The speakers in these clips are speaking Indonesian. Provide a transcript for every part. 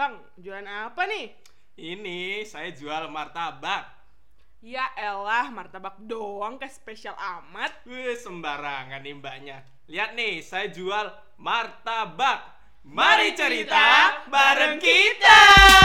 Bang, jualan apa nih? Ini saya jual martabak. Ya elah, martabak doang kayak spesial amat. Wih, sembarangan nih mbaknya. Lihat nih, saya jual martabak. Mari cerita bareng kita.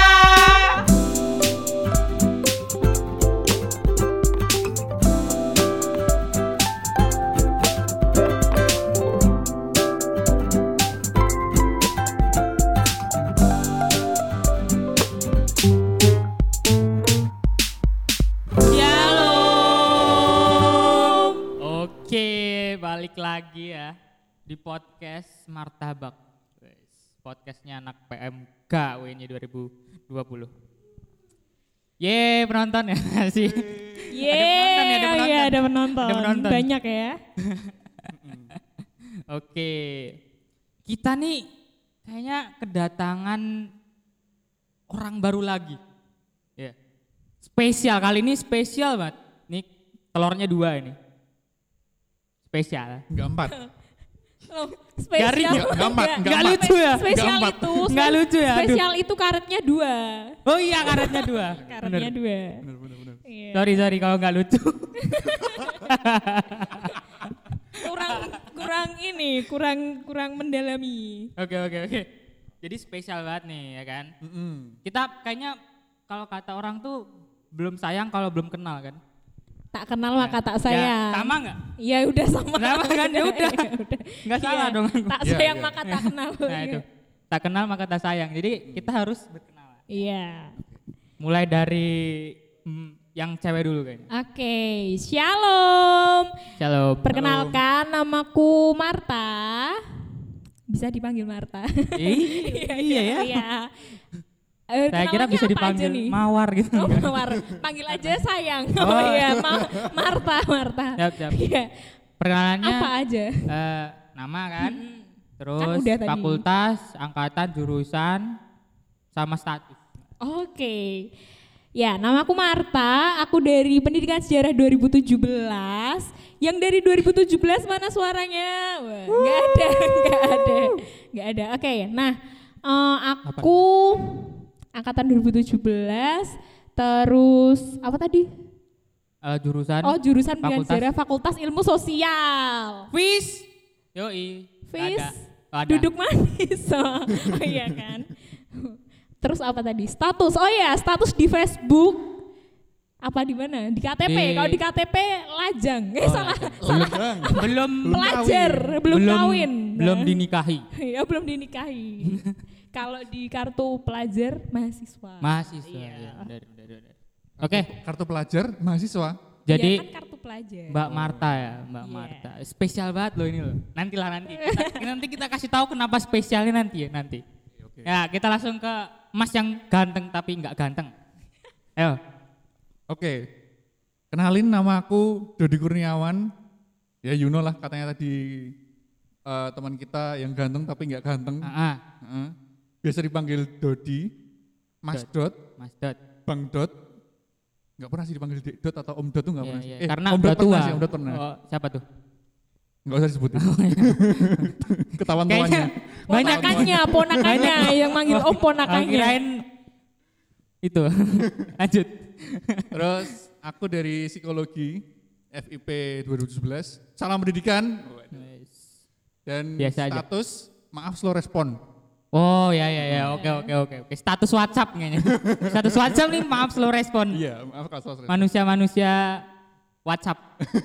Balik lagi ya di podcast Martabak, podcastnya anak PMK WNY 2020. Penonton ya sih. Ada penonton. Banyak ya. Oke, kita nih kayaknya kedatangan orang baru lagi. Ya, spesial kali ini spesial banget. Nih telurnya 2 ini. Spesial. Enggak 4. Spesial. Enggak lucu ya? Spesial itu. Enggak lucu ya? Spesial itu karetnya 2. Oh iya, karetnya 2. Karetnya 2. Benar. Iya. Sorry kalau enggak lucu. kurang mendalami. Oke. Jadi spesial banget nih ya kan? Kita kayaknya kalau kata orang tuh belum sayang kalau belum kenal kan? Tak kenal maka tak sayang. Ya, sama nggak? Ya udah sama kan ya udah. Nggak salah dong. Tak sayang maka tak kenal. Nah itu. Tak kenal maka tak sayang. Jadi kita harus berkenalan. Iya. Mulai dari yang cewek dulu kayaknya. Oke, shalom. Shalom. Perkenalkan, namaku Marta. Bisa dipanggil Marta. Iya ya. Iya. Saya kira bisa dipanggil Mawar gitu. Oh, Mawar. Panggil aja sayang. Oh iya, Marta. Siap. Iya. Perkenalannya apa aja? Nama kan? Terus Kan udah tadi. fakultas, angkatan, jurusan, sama status. Oke. Ya, namaku Marta. Aku dari Pendidikan Sejarah 2017. Yang dari 2017 mana suaranya? Wah, Nggak ada. Oke, nah aku angkatan 2017, terus apa tadi? Jurusan. Jurusan Pendidikan Sejarah Fakultas Ilmu Sosial. Fis. Yoi. Fis. Ada. Duduk manis. Oh iya kan. Terus apa tadi? Status. Oh ya, status di Facebook. Apa di mana? Di KTP. Kalau di KTP lajang. Salah. Belum Pelajar, belum kawin. Belum dinikahi. Ya, belum dinikahi. Kalau di kartu pelajar mahasiswa. Iya. Benar. Oke. Kartu pelajar mahasiswa. Jadi ya, kan kartu pelajar. Mbak Marta ya, Marta. Spesial banget loh ini loh. Nanti. Nanti kita kasih tahu kenapa spesialnya nanti. Oke. Ya, kita langsung ke Mas yang ganteng tapi enggak ganteng. Ayo. Oke. Kenalin, nama aku Dodi Kurniawan. Ya you know lah katanya tadi teman kita yang ganteng tapi enggak ganteng. Biasa dipanggil Dodi, Mas Dot, Bang Dot. Enggak pernah sih dipanggil Dek Dot atau Om Dot tuh enggak pernah. Karena Om Dot tua. pernah sih, Om Dot pernah. Oh, siapa tuh? Enggak usah disebutin. Ketahuan tuanya. Ponakannya yang manggil Om ponakannya. Kirain itu. Lanjut. Terus aku dari psikologi FIP 2017, salam pendidikan. Dan biasa status aja. Maaf slow respon. Oh ya. Oke. Status WhatsApp kayaknya. Status WhatsApp nih maaf slow respon. Iya, maaf kalau slow respon. Manusia WhatsApp.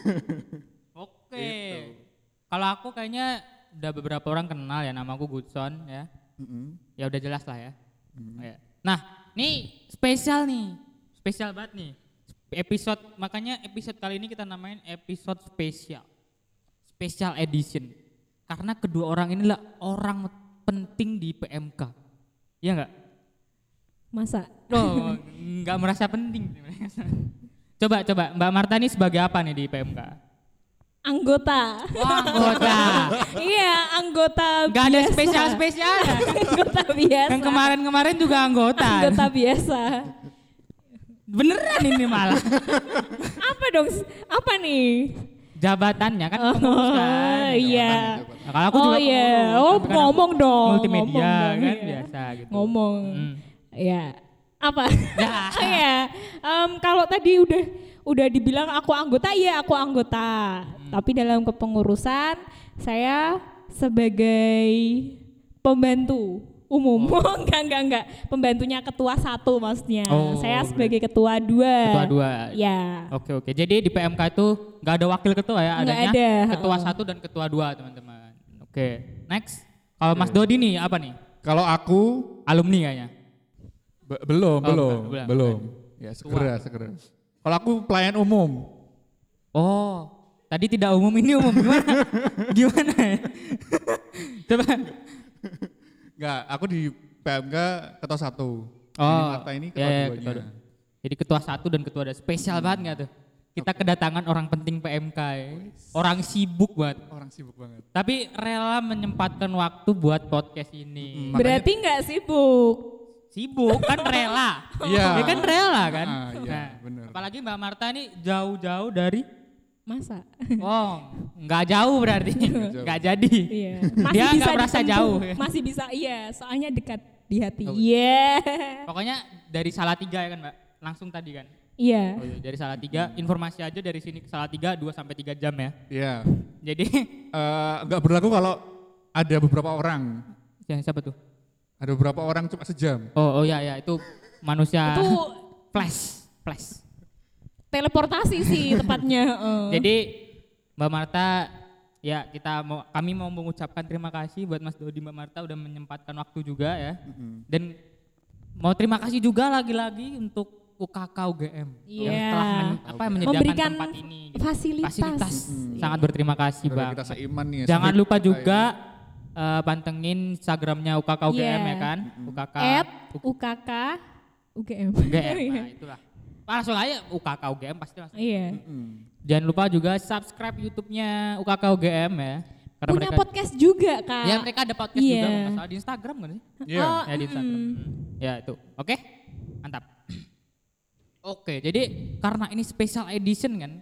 Oke. Gitu. Kalau aku kayaknya udah beberapa orang kenal ya, namaku Goodson ya. Ya udah jelas lah ya. Nah, nih spesial banget nih. Makanya episode kali ini kita namain episode spesial. Special edition. Karena kedua orang inilah orang penting di PMK. Iya enggak? Masa? Oh, enggak merasa penting. Coba Mbak Marta ini sebagai apa nih di PMK? Anggota. Anggota. Iya, anggota. Enggak ada spesial. Anggota biasa. Yang kemarin juga anggota. Anggota biasa. Beneran ini malah. Apa dong? Apa nih? jabatannya kan pengurus kan. Iya. Nah, kalau aku juga pengurus. Ngomong dong. Multimedia kan iya. biasa gitu. Ngomong. Ya. Apa? Ya. Ya. Kalau tadi udah dibilang aku anggota, iya aku anggota. Tapi dalam kepengurusan saya sebagai pembantu umum. Enggak. Pembantunya ketua 1 maksudnya. Saya sebagai ketua 2. Ketua 2. Ya. Oke. Jadi di PMK itu nggak ada wakil ketua ya, adanya ada. ketua 1 dan ketua 2 teman-teman. Oke. Next. Kalau Mas Dodi nih apa nih? Kalau aku Alumni kayaknya. belum. Ya segera. Kalau aku pelayan umum. Oh, tadi tidak umum, ini umum. Gimana ya? Coba. Enggak, aku di PMK ketua 1. Marta ini ketua 2-nya. Jadi ketua 1 dan ketua 2 spesial banget nggak tuh? Kita kedatangan orang penting PMK ya. Orang sibuk banget. Tapi rela menyempatkan waktu buat podcast ini. Berarti nggak sibuk. Sibuk kan rela. Iya. Ya kan rela kan. Iya, benar. Apalagi Mbak Marta ini jauh-jauh dari Masa? Nggak jauh berarti. Nggak jadi. Iya. Dia nggak merasa jauh. Masih bisa, iya. Soalnya dekat di hati. Iya. Pokoknya dari Salatiga ya kan Mbak? Langsung tadi kan? Iya. Oh, iya. Dari Salatiga, informasi aja dari sini ke Salatiga 2-3 jam ya. Iya. Jadi nggak berlaku kalau ada beberapa orang. ya, siapa tuh? Ada beberapa orang cuma sejam. Oh ya itu manusia Itu flash. teleportasi sih tepatnya. Jadi Mbak Marta, ya kami mau mengucapkan terima kasih buat Mas Dodi, Mbak Marta udah menyempatkan waktu juga ya. Dan mau terima kasih juga lagi-lagi untuk UKK UGM yang telah menyediakan memberikan tempat ini. Gitu. Fasilitas. Sangat berterima kasih Bang. Kita seiman nih. Jangan lupa juga pantengin Instagramnya UKK UGM ya kan. UKK UGM. Nah, itulah. Langsung aja UKK UGM pasti langsung. Iya. Jangan lupa juga subscribe YouTube-nya UKK UGM ya. Karena punya podcast juga Kak. Ya mereka ada podcast juga masalah di Instagram kan sih? Iya. Ya di Instagram. Ya itu. Oke. Mantap. Oke, jadi karena ini special edition kan.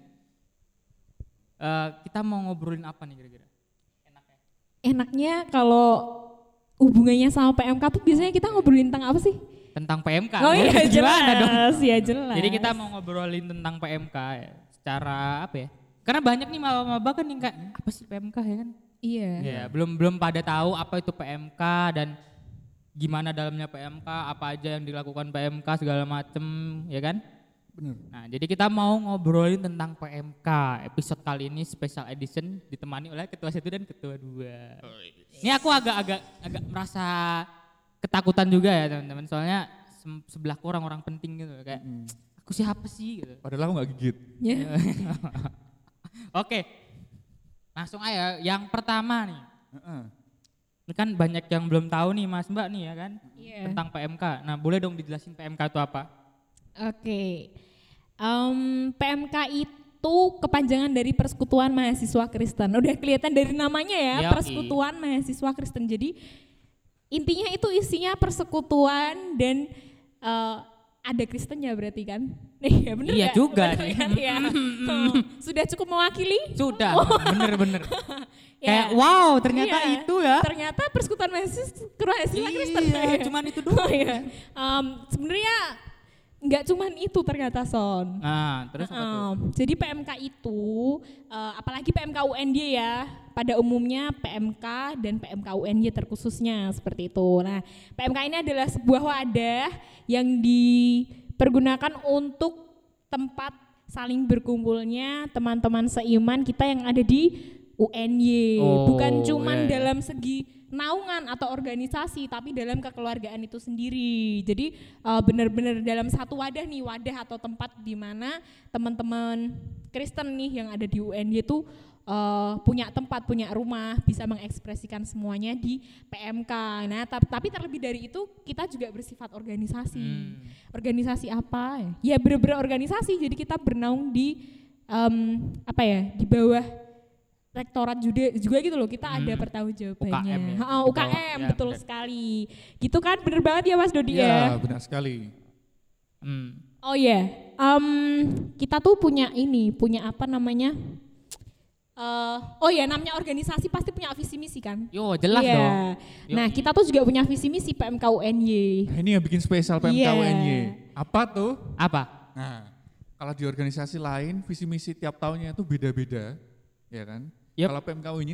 Kita mau ngobrolin apa nih kira-kira? Enaknya kalau hubungannya sama PMK tuh biasanya kita ngobrolin tentang apa sih? Tentang PMK. Oh iya jelas, dong? ya jelas. Jadi kita mau ngobrolin tentang PMK ya. Secara apa ya? Karena banyak nih maba-maba kan yang kayak apa sih PMK ya kan? Iya. Ya, belum pada tahu apa itu PMK dan gimana dalamnya PMK, apa aja yang dilakukan PMK segala macem, ya kan? Benar. Nah, jadi kita mau ngobrolin tentang PMK. Episode kali ini special edition ditemani oleh ketua 1 dan ketua 2. Ini aku agak merasa ketakutan juga ya, teman-teman. Soalnya sebelahku orang-orang penting gitu kayak aku siapa sih gitu. Padahal aku enggak gigit. Oke. Langsung aja yang pertama nih. Ini kan banyak yang belum tahu nih Mas Mbak nih ya kan. Tentang PMK. Nah, boleh dong dijelasin PMK itu apa? Oke. PMK itu kepanjangan dari Persekutuan Mahasiswa Kristen. Udah kelihatan dari namanya ya, Persekutuan Mahasiswa Kristen. Jadi intinya itu isinya persekutuan dan ada Kristennya berarti kan? Iya bener iya gak? juga nih. Kan, ya. Sudah cukup mewakili? Sudah, bener-bener. Kayak wow ternyata itu ya. Ternyata Persekutuan Mahasiswa Kristen. Iya, cuman itu doang. Sebenarnya nggak cuman itu ternyata Son. Nah, terus apa tuh? Jadi PMK itu, apalagi PMK UNY ya, pada umumnya PMK dan PMK UNY terkhususnya seperti itu. Nah, PMK ini adalah sebuah wadah yang dipergunakan untuk tempat saling berkumpulnya teman-teman seiman kita yang ada di UNY. Bukan cuman dalam segi naungan atau organisasi, tapi dalam kekeluargaan itu sendiri. Jadi benar-benar dalam satu wadah nih, wadah atau tempat di mana teman-teman Kristen nih yang ada di UNY itu punya tempat, punya rumah, bisa mengekspresikan semuanya di PMK. Nah, tapi terlebih dari itu kita juga bersifat organisasi. Organisasi apa ya? Ya bener-bener organisasi. Jadi kita bernaung di di bawah rektorat juga gitu loh, kita ada pertanggungjawabannya. UKM betul sekali. Gitu kan, bener banget ya Mas Dodi ya? Iya, benar sekali. Oh iya, kita tuh punya apa namanya, oh ya namanya organisasi pasti punya visi misi kan? Yo, jelas Iya. dong. Nah, kita tuh juga punya visi misi PMK UNY. Nah, ini yang bikin spesial PMK Iya. UNY. Apa tuh? Apa? Nah, kalau di organisasi lain visi misi tiap tahunnya itu beda-beda, ya kan? Yep. Kalau PMK UNY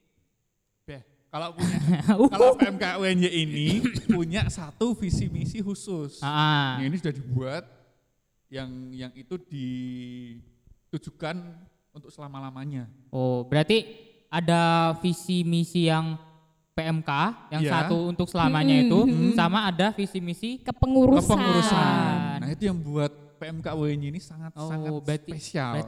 kalau PMK UNY ini punya satu visi misi khusus. Ah. Yang ini sudah dibuat yang itu ditujukan untuk selama-lamanya. Oh, berarti ada visi misi yang PMK yang Iya. satu untuk selamanya itu sama ada visi misi Kepengurusan. Nah, itu yang buat PMK UNY ini sangat spesial.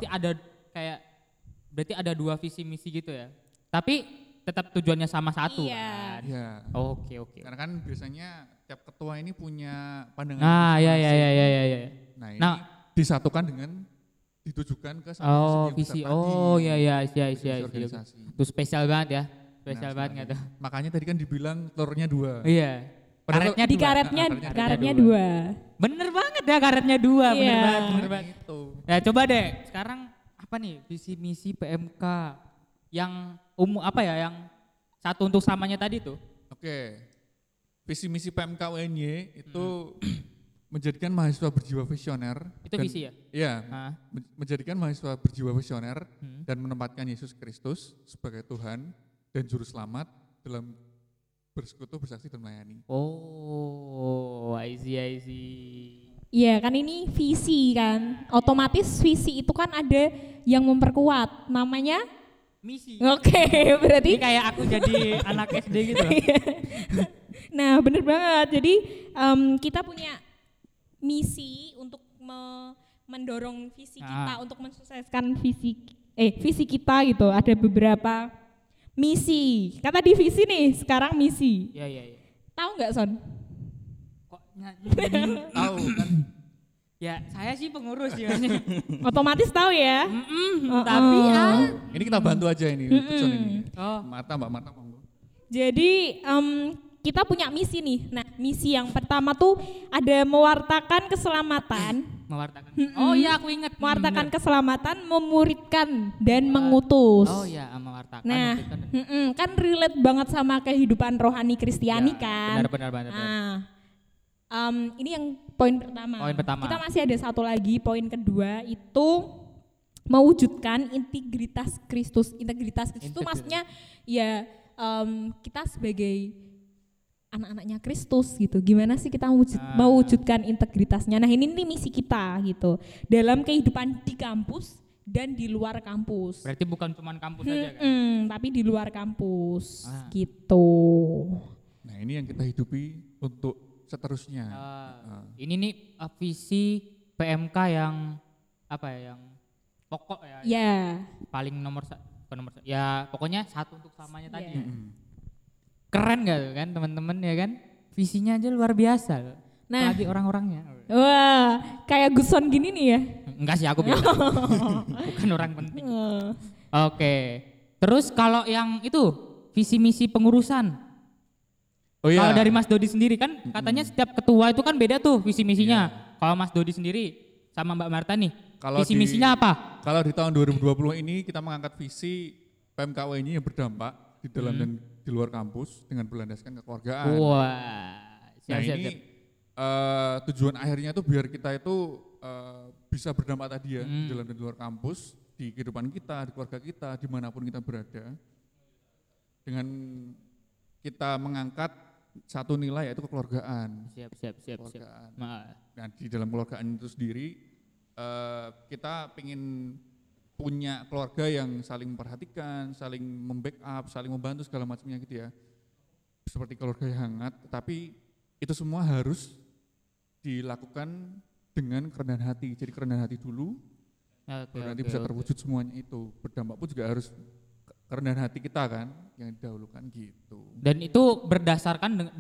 Berarti ada dua visi misi gitu ya. Tapi tetap tujuannya sama satu Iya. kan. Iya. Oke. Karena kan biasanya tiap ketua ini punya pandangan Nah, ya. Nah, ini Nah. disatukan dengan ditujukan ke satu Oh, visi visi. yang besar Oh, tadi. iya. Visi organisasi. Itu spesial banget ya. Spesial Nah, banget nggak tuh? Makanya tadi kan dibilang telurnya 2. Iya. Padahal Karetnya Di dua. karetnya 2. Bener banget ya karetnya 2. Bener Iya. banget. itu. Ya coba deh, sekarang apa nih visi misi PMK yang yang satu untuk samanya tadi tuh? Oke. Visi misi PMK UNY itu menjadikan mahasiswa berjiwa visioner. Itu visi ya? Iya, Ah. menjadikan mahasiswa berjiwa visioner Hmm. dan menempatkan Yesus Kristus sebagai Tuhan dan juru selamat dalam bersekutu, bersaksi dan melayani. Oh, I see. Iya kan ini visi kan. Otomatis visi itu kan ada yang memperkuat. Namanya Misi. Oke, Ini berarti kayak aku jadi anak SD gitu loh. nah bener banget. Jadi kita punya misi untuk mendorong visi kita untuk mensukseskan visi kita gitu. Ada beberapa misi. Kata divisi nih, sekarang misi. Iya. Tahu nggak Son? Kok jadi Tahu kan? ya saya sih pengurus ya. Otomatis tahu ya. Tapi Ini kita bantu aja ini, Son ini. Oh. Mbak Marta monggo. Jadi kita punya misi nih. Nah misi yang pertama tuh ada mewartakan keselamatan. Mewartakan. Oh iya aku ingat. Mewartakan Bener. keselamatan, memuridkan dan mengutus. Oh iya mewartakan. Nah, itu kan. kan relate banget sama kehidupan rohani Kristiani kan. Benar. Nah, ini yang poin pertama. Poin pertama. Kita masih ada satu lagi, poin kedua itu mewujudkan integritas Kristus. Integritas Kristus itu maksudnya ya kita sebagai anak-anaknya Kristus gitu. Gimana sih kita mewujudkan integritasnya? Nah ini nih misi kita gitu. Dalam kehidupan di kampus dan di luar kampus. Berarti bukan cuma kampus aja kan? Tapi di luar kampus gitu. Nah, ini yang kita hidupi untuk seterusnya. Ini nih visi PMK yang yang pokok ya. Ya. Paling ya pokoknya satu untuk samanya tadi. Ya. Keren gak tuh kan teman-teman ya kan? Visinya aja luar biasa loh. Nah. Apalagi orang-orangnya. Wah, kayak Guson gini nih ya. Enggak sih aku bilang. Bukan orang penting. Oke. Terus kalau yang itu visi misi pengurusan. Oh iya. Kalau dari Mas Dodi sendiri kan katanya setiap ketua itu kan beda tuh visi misinya. Kalau Mas Dodi sendiri sama Mbak Marta nih, visi misinya apa? Kalau di tahun 2020 ini kita mengangkat visi PMK UNY yang berdampak di dalam dan di luar kampus dengan berlandaskan kekeluargaan. Wah, Nah ini tujuan akhirnya tuh biar kita itu bisa berdampak tadi ya di dalam dan di luar kampus, di kehidupan kita, di keluarga kita, dimanapun kita berada, dengan kita mengangkat satu nilai yaitu kekeluargaan. Siap. Kekeluargaan. Nah di dalam kekeluargaan itu sendiri kita ingin punya keluarga yang saling memperhatikan, saling membackup, saling membantu segala macamnya gitu ya. Seperti keluarga yang hangat, tapi itu semua harus dilakukan dengan kerendahan hati. Jadi kerendahan hati dulu, baru nanti bisa terwujud semuanya itu. Berdampak pun juga harus kerendahan hati kita kan, yang didahulukan gitu. Dan itu berdasarkan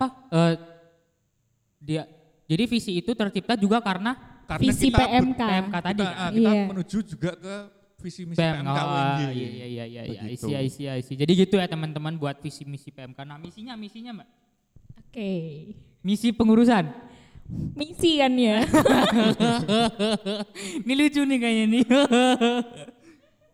jadi visi itu tercipta juga karena visi kita PMK. PMK tadi. kita menuju juga ke visi misi PMK UNY. Iya. Isi. Jadi gitu ya teman-teman buat visi misi PMK. Nah misinya Mbak. Oke. Misi pengurusan. Misi kan ya. Ini lucu nih kayaknya nih.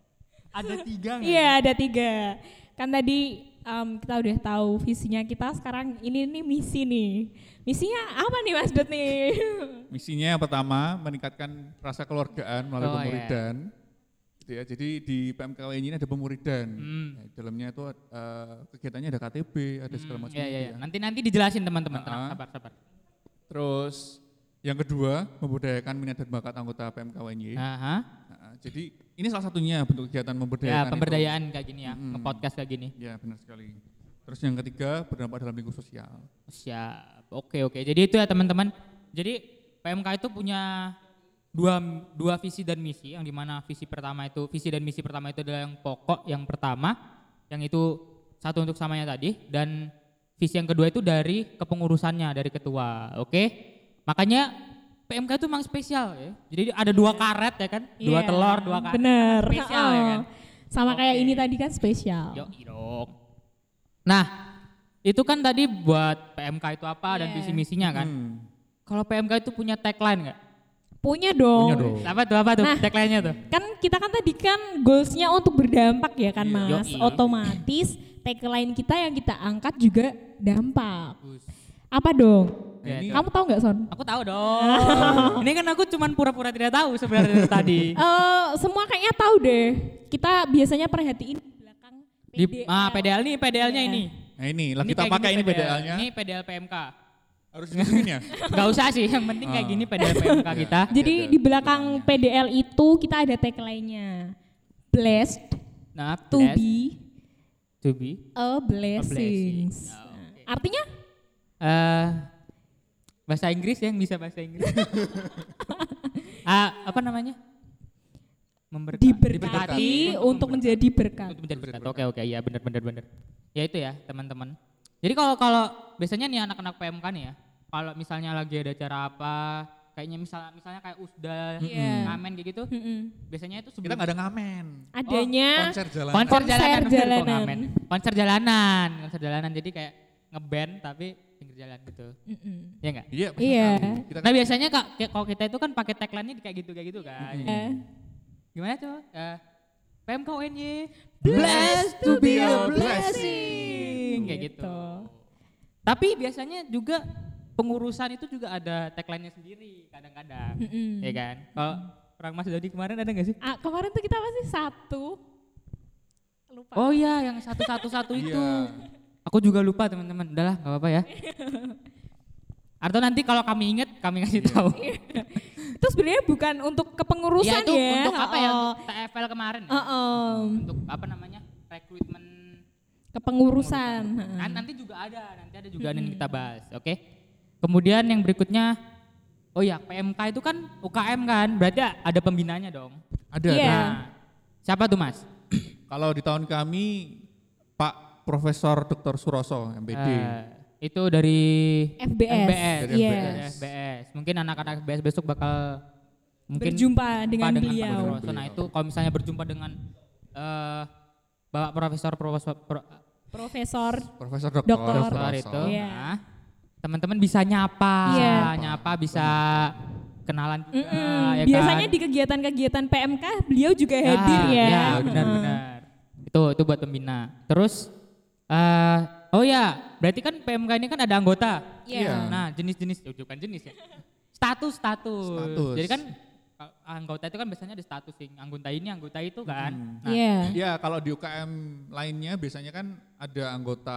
Ada 3 nggak? Iya, ada 3. Kan tadi kita udah tahu visinya kita, sekarang ini nih misi nih. Misinya apa nih Mas Dut nih? Misinya yang pertama meningkatkan rasa keluargaan melalui Oh, pemuridan. Gitu ya. Jadi di PMKW ini ada pemuridan. Nah, di dalamnya itu kegiatannya ada KTB, ada segala macam. Iya, gitu iya. ya. Nanti dijelasin teman-teman, tenang, sabar. Terus yang kedua memberdayakan minat dan bakat anggota PMKWNY. Aha. Nah, jadi ini salah satunya bentuk kegiatan Ya, memberdayakan. pemberdayaan kayak gini ya, nge-podcast kayak gini. Ya benar sekali. Terus yang ketiga berdampak dalam lingkup sosial. Siap. Oke. Jadi itu ya teman-teman. Jadi PMK itu punya dua visi dan misi, yang dimana visi dan misi pertama itu adalah yang pokok, yang pertama, yang itu satu untuk samanya tadi, dan visi yang kedua itu dari kepengurusannya, dari ketua. Oke. Makanya PMK itu memang spesial ya. Jadi ada 2 karet ya kan, 2 telur, 2 karet. Bener. Spesial ya kan. Sama kayak Oke. ini tadi kan spesial. Yoi dong. Nah, itu kan tadi buat PMK itu apa dan visi misinya kan. Kalau PMK itu punya tagline nggak? Punya dong. Punya dong. Apa tuh Nah, tagline-nya tuh? Kan kita kan tadi kan goalsnya untuk berdampak ya kan Mas. Yoi. Otomatis tagline kita yang kita angkat juga dampak. Apa dong? Ini Kamu tahu nggak Son? Aku tahu dong. Ini kan aku cuman pura-pura tidak tahu sebenarnya tadi. Semua kayaknya tahu deh. Kita biasanya perhatiin di belakang PDL nih, PDL-nya Iya. ini. nah inilah Ini kita kayak pakai gini ini PDL-nya. Ini PDL PMK. Harus digituin ya. Gak usah sih, yang penting kayak gini PDL PMK kita. Jadi di belakang PDL itu kita ada tagline-nya. Blessed Nah, to bless, be to be. a blessing. Oh, oke. Artinya Bahasa Inggris ya, yang bisa bahasa Inggris. Apa namanya? diberkati untuk menjadi berkat. Untuk menjadi berkat. Oke, ya benar. Ya itu ya teman-teman. Jadi kalau biasanya nih anak-anak PMK nih ya, kalau misalnya lagi ada acara apa, kayaknya misalnya kayak USDA, Iya. ngamen kayak gitu, biasanya itu Kita sebelum nggak ada ngamen. Adanya Konser jalanan. konser jalanan, bener, kok jalanan. ngamen. Konser jalanan. Jadi kayak ngeband tapi pinggir jalan gitu. Ya enggak? Iya. pasti Iya. tahu. Kita Nah biasanya kalau kita itu kan pakai tagline-nya kayak gitu kan. Gimana tuh? PMK UNY blessed to be a blessing. Kayak gitu. Tapi biasanya juga pengurusan itu juga ada tagline-nya sendiri kadang-kadang. Ya kan? Kalau perang Mas Dodi kemarin ada nggak sih? Kemarin tuh kita masih 1. Lupa. Oh iya, yang satu itu. Iya. Aku juga lupa teman-teman. Udahlah, nggak apa-apa ya. Atau nanti kalau kami ingat, kami kasih tahu. Itu sebenarnya bukan untuk kepengurusan Iya itu ya. untuk apa ya? Untuk TFL kemarin. Ya? Untuk apa namanya? Rekrutmen Kepengurusan. Kan nanti juga ada yang kita bahas, oke? Kemudian yang berikutnya, oh ya PMK itu kan UKM kan, berarti ada pembinanya dong. Ada. Iya. ada. Nah, siapa tuh Mas? Kalau di tahun kami Pak Profesor Dr. Suroso MPD. Itu dari FBS. Dari Iya. FBS. FBS. Mungkin anak-anak FBS besok bakal mungkin Berjumpa dengan Pak beliau. Pak Suroso. Nah itu kalau misalnya berjumpa dengan Bapak Profesor Profesor Profesor Dr. Dokter. Dokter Suroso. itu, Iya. nah, teman-teman bisa nyapa, Iya. bisa kenalan juga. Ya Biasanya kan? di kegiatan-kegiatan PMK beliau juga hadir ya. Ya benar-benar. Itu buat pembina. Terus, oh ya, berarti kan PMK ini kan ada anggota. Iya. Nah jenis-jenis, bukan jenis ya. Status. Status. Jadi kan anggota itu kan biasanya ada status sih. Anggota ini, anggota itu kan. Nah, Iya. Ya kalau di UKM lainnya biasanya kan ada anggota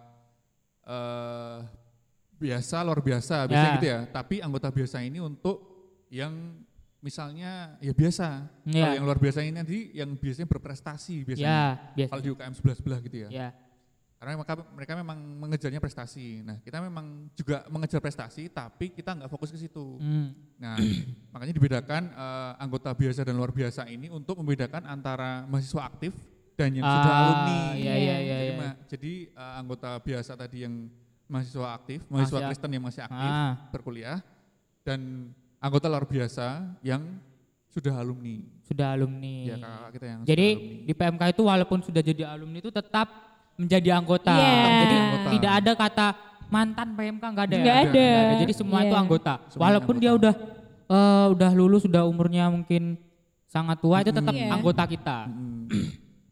biasa, luar biasa, biasanya Ya. gitu ya. Tapi anggota biasa ini untuk yang misalnya ya biasa. Ya. Kalau yang luar biasa ini nanti yang biasanya berprestasi ya, biasanya. biasa. Kalau di UKM sebelah-sebelah gitu ya. Ya. Karena mereka memang mengejarnya prestasi. Nah kita memang juga mengejar prestasi tapi kita nggak fokus ke situ. Nah makanya dibedakan anggota biasa dan luar biasa ini untuk membedakan antara mahasiswa aktif dan yang sudah alumni. Iya. Jadi anggota biasa tadi yang mahasiswa aktif, mahasiswa Kristen yang masih aktif berkuliah, dan anggota luar biasa yang sudah alumni. Sudah alumni. Ya kakak kita yang Jadi sudah alumni. di PMK itu walaupun sudah jadi alumni itu tetap menjadi anggota. Iya. Jadi Anggota. tidak ada kata mantan PMK, nggak ada. Nggak ada. Jadi semua Iya. itu anggota. Semuanya Walaupun dia udah lulus, sudah umurnya mungkin sangat tua, itu tetap Iya. anggota kita.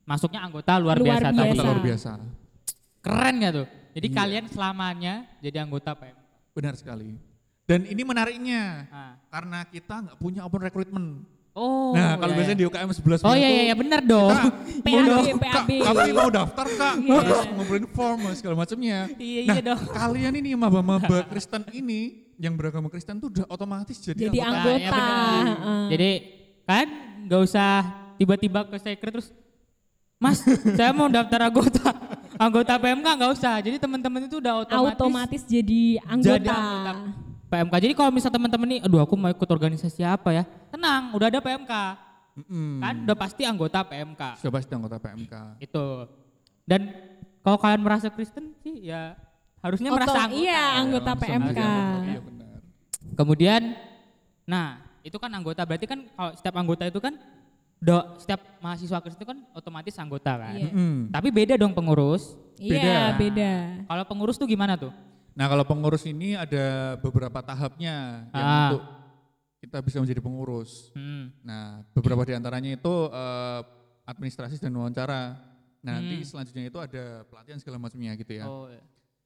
masuknya anggota luar Luar biasa, biasa. tadi. Luar biasa. Keren gak tuh? Jadi Iya. kalian selamanya jadi anggota PMK. Benar sekali. Dan ini menariknya, Ah. karena kita nggak punya open recruitment. Oh. Nah, kalau iya, biasanya iya. di UKM 11 Oh iya iya benar dong. PAB. Kami mau daftar kak, Iya. terus ngumpulin form segala macamnya. Iya Nah, iya dong. kalian ini maba-maba Kristen ini, yang beragama Kristen tuh udah otomatis jadi Jadi anggota. Nah, ya anggota. benar. Heeh. Jadi kan nggak usah tiba-tiba ke secret terus Mas, saya mau daftar anggota PMK nggak usah. Jadi teman-teman itu udah Otomatis jadi anggota. jadi anggota PMK. Jadi kalau misal teman-teman nih, aduh aku mau ikut organisasi apa ya? Tenang, udah ada PMK. Kan udah pasti anggota PMK. Coba sih anggota PMK. Itu. Dan kalau kalian merasa Kristen sih ya harusnya merasa anggota. Iya, anggota Langsung PMK. aja. Iya benar. Kemudian, nah itu kan anggota, berarti kan kalau setiap anggota itu kan, setiap mahasiswa Kristen itu kan otomatis anggota kan. Iya. Tapi beda dong pengurus. Iya, beda. Kalau pengurus tuh gimana tuh? Nah kalau pengurus ini ada beberapa tahapnya yang untuk kita bisa menjadi pengurus. Nah beberapa diantaranya itu administrasi dan wawancara. Nah nanti selanjutnya itu ada pelatihan segala macamnya gitu ya. Oh, iya.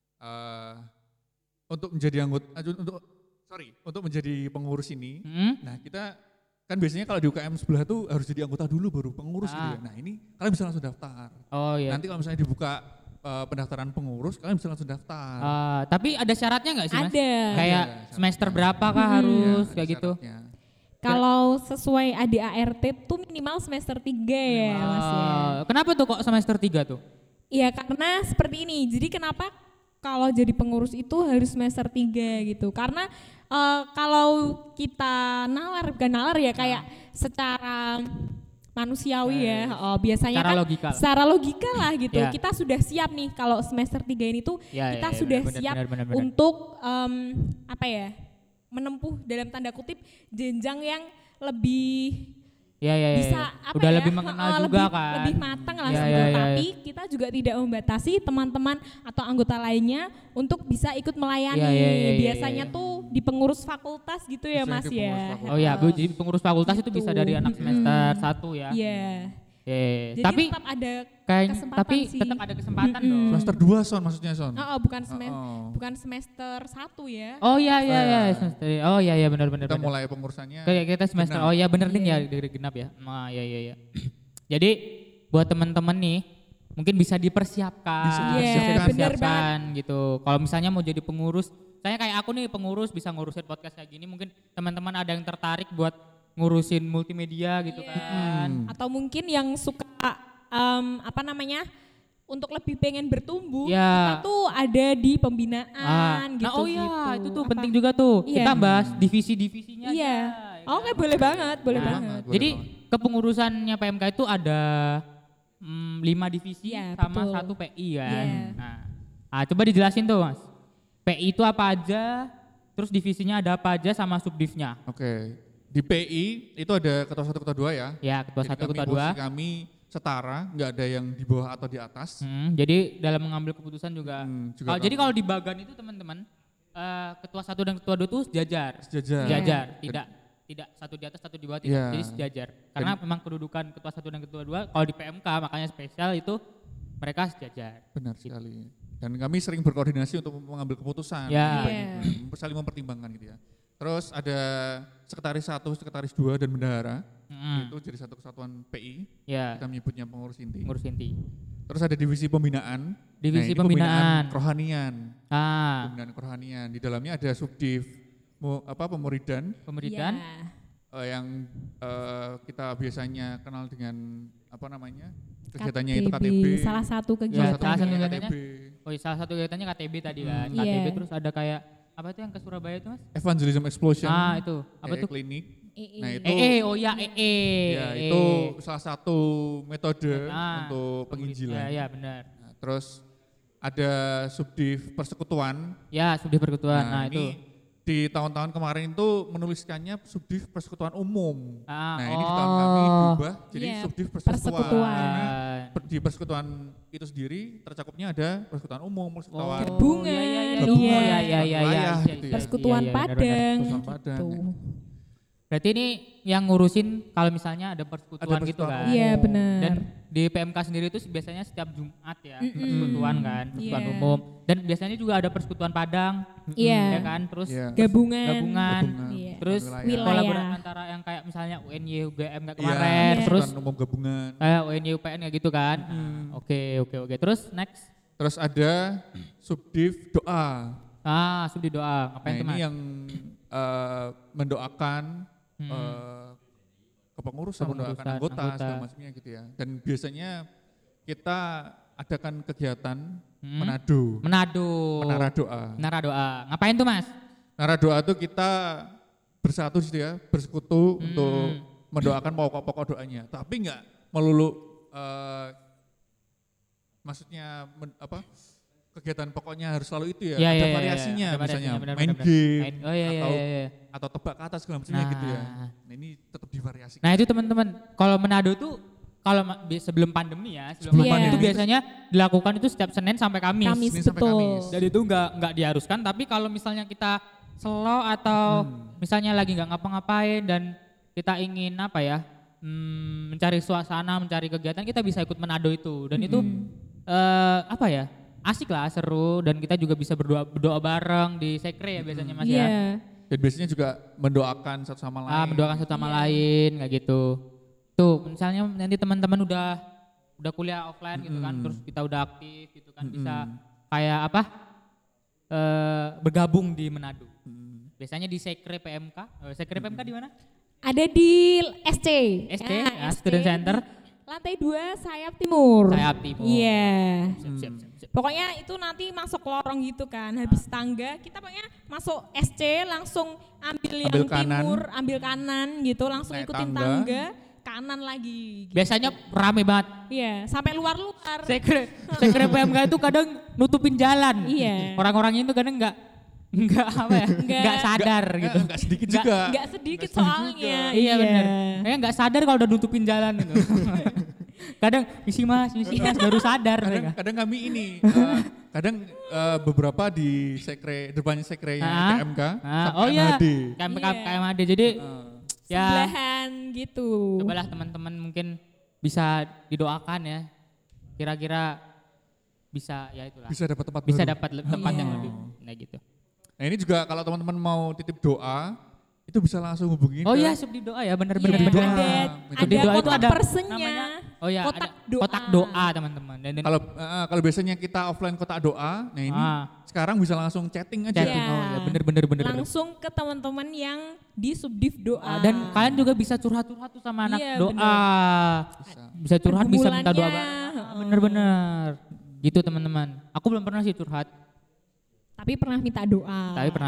Untuk menjadi untuk menjadi pengurus ini, nah kita kan biasanya kalau di UKM sebelah tuh harus jadi anggota dulu baru pengurus gitu ya. Nah ini kalian bisa langsung daftar. Oh iya. Nanti kalau misalnya dibuka pendaftaran pengurus, kalian bisa langsung daftar. Tapi ada syaratnya nggak sih Mas? Ada. Kayak Ada semester berapa kah harus Iya, kayak ada gitu? syaratnya. Kalau sesuai ADART tuh minimal semester 3 ya Mas ya. Kenapa tuh kok semester 3 tuh? Iya karena seperti ini, jadi kenapa kalau jadi pengurus itu harus semester 3 gitu. Karena kalau kita bukan nalar ya kayak secara manusiawi ya, biasanya secara kan logika lah. secara logika lah gitu. Ya. Kita sudah siap nih kalau semester 3 ini tuh Ya, kita ya, ya, sudah benar, siap benar. untuk menempuh dalam tanda kutip jenjang yang lebih Ya. bisa Udah lebih mengenal juga kan. lebih matang lah Ya, gitu. ya, ya. Tapi kita juga tidak membatasi teman-teman atau anggota lainnya untuk bisa ikut melayani. Ya, ya. Biasanya tuh di pengurus fakultas gitu ya Biasanya Mas di ya. pengurus fakultas. Oh ya, jadi pengurus fakultas itu bisa dari anak semester 1 ya. Iya. Iya. Jadi Tapi tetap ada kayak kesempatan sih. tetap ada kesempatan dong. Semester 2 Son maksudnya Son. Bukan semester 1 ya. Oh iya semester. Oh iya benar. Kita mulai pengurusannya. Kayak kita semester. genap. Oh iya benar ding ya dari genap ya. Nah, iya. Jadi buat teman-teman nih mungkin bisa dipersiapkan. Bisa dipersiapkan. Bener Dipersiapkan gitu. Kalau misalnya mau jadi pengurus, saya kayak aku nih pengurus bisa ngurusin podcast kayak gini, mungkin teman-teman ada yang tertarik buat ngurusin multimedia gitu kan. Atau mungkin yang suka untuk lebih pengen bertumbuh, Ya. kita tuh ada di pembinaan gitu. Nah, oh iya, itu tuh Apa? penting juga tuh. Iya. Kita bahas divisi-divisinya Iya. aja. Oke, boleh banget, boleh Nah, banget. Boleh Jadi banget. kepengurusannya PMK itu ada 5 divisi Iya, sama betul. 1 PI kan. Iya. Nah, coba dijelasin tuh Mas. PI itu apa aja, terus divisinya ada apa aja sama subdivnya. Oke. Di PI itu ada ketua 1, ketua 2 ya. Ya, ketua Jadi 1, ketua posisi 2. kami setara, nggak ada yang di bawah atau di atas. Jadi dalam mengambil keputusan juga. juga Jadi kami. kalau di Bagan itu teman-teman, ketua 1 dan ketua 2 itu sejajar. Sejajar. Sejajar, tidak satu di atas, satu di bawah, tidak. Iya. Jadi sejajar. Karena memang kedudukan ketua 1 dan ketua 2 kalau di PMK makanya spesial itu mereka sejajar. Benar sekali. Dan kami sering berkoordinasi untuk mengambil keputusan. Ya. Saling mempertimbangkan gitu ya. Terus ada sekretaris 1, sekretaris 2 dan bendahara. Itu jadi satu kesatuan PI. Ya, Kita menyebutnya pengurus inti. ngurus inti. Terus ada divisi pembinaan. Divisi ini pembinaan. kerohanian. Pembinaan kerohanian. Di dalamnya ada subdiv pemuridan Pemerintahan. yang kita biasanya kenal dengan kegiatannya itu KTB. Salah satu Ya, kegiatan. salah satu ya. kegiatannya. Oh, salah satu kegiatannya KTB tadi kan. Iya. KTB terus ada kayak apa itu yang ke Surabaya itu Mas? Evangelism Explosion. Itu apa tuh? Klinik. Iya. Nah itu Oh ya ya, itu salah satu metode untuk penginjilan. Ya benar. Nah, terus ada subdiv persekutuan. Ya, subdiv perketuan. Nah, ini itu. di tahun-tahun kemarin itu menuliskannya subdiv persekutuan umum. Nah ini di tahun oh. kami berubah jadi Iya, subdiv persekutuan. persekutuan. Karena di persekutuan itu sendiri tercakupnya ada persekutuan umum, persekutuan Gabungan. Iya. Gabungan. Iya. wilayah gitu ya. Persekutuan Iya, benar-benar. Padang. Persekutuan Padang. Gitu. Berarti ini yang ngurusin kalau misalnya ada persekutuan gitu kan. Iya benar. Dan di PMK sendiri itu biasanya setiap Jumat ya persekutuan kan, persekutuan umum. Dan biasanya juga ada persekutuan Padang, ya kan. Terus gabungan. Iya. Terus wilayah. kolaborasi antara yang kayak misalnya UNY, UGM kayak kemarin, terus umum gabungan. Kayak UNY, UPN kayak gitu kan. Oke. Terus next. Terus ada subdiv doa. Subdi doa. Ngapain tuh, Mas? Ini yang mendoakan kepengurusan, mendoakan anggota segala macamnya gitu ya. Dan biasanya kita adakan kegiatan menara doa. Ngapain tuh, Mas? Menara doa tuh kita bersatu gitu ya, bersekutu untuk mendoakan pokok-pokok doanya. Tapi enggak melulu maksudnya kegiatan pokoknya harus selalu itu ya, ada variasinya, misalnya main game atau tebak kata segala macamnya gitu ya. Nah ini tetap divariasikan. Nah itu teman-teman, kalau menado tuh kalau sebelum pandemi ya, pandemi itu biasanya dilakukan itu setiap Senin sampai Kamis. Senin sampai Kamis. Dan itu nggak diharuskan, tapi kalau misalnya kita slow atau misalnya lagi nggak ngapa-ngapain dan kita ingin mencari suasana, mencari kegiatan, kita bisa ikut menado itu. Dan itu asik lah, seru, dan kita juga bisa berdoa bareng di sekre ya biasanya Mas ya. Dan biasanya juga mendoakan satu sama lain. Mendoakan satu sama lain kayak gitu. Tuh, misalnya nanti teman-teman udah kuliah offline gitu kan, terus kita udah aktif gitu kan, bisa kayak bergabung di menado. Biasanya di sekre PMK. Sekre PMK di mana? Ada di SC. Student Center. Lantai 2 sayap timur. Iya. Siap. Pokoknya itu nanti masuk lorong gitu kan, habis tangga kita pokoknya masuk SC langsung ambil yang timur, ambil kanan gitu, langsung ikutin tangga kanan lagi. Gitu. Biasanya rame banget. Iya, sampai luar. Sekre PMK itu kadang nutupin jalan. Iya. Orang-orangnya itu kadang nggak sadar gitu. Nggak sedikit juga. Nggak sedikit soalnya. Iya benar. Kayak nggak sadar kalau udah nutupin jalan gitu. Kadang misi mas baru sadar. Kadang kami ini, beberapa di depannya sekrenya KMK, KMAD. Jadi sebelahan gitu. Cobalah teman-teman mungkin bisa didoakan ya. Kira-kira bisa ya itulah. Bisa dapat tempat tempat yang lebih gitu. Nah ini juga kalau teman-teman mau titip doa, itu bisa langsung hubungin. Oh iya, subdi doa ya, benar. Subdi doa itu ada personnya. Kotak doa teman-teman. Dan kalau biasanya kita offline kotak doa, nah ini sekarang bisa langsung chatting aja. Bener. Langsung ke teman-teman yang di subdiv doa. Dan kalian juga bisa curhat-curhat tuh sama anak doa. Bisa curhat, bisa minta doa. Bener. Gitu teman-teman. Aku belum pernah sih curhat. Tapi pernah minta doa.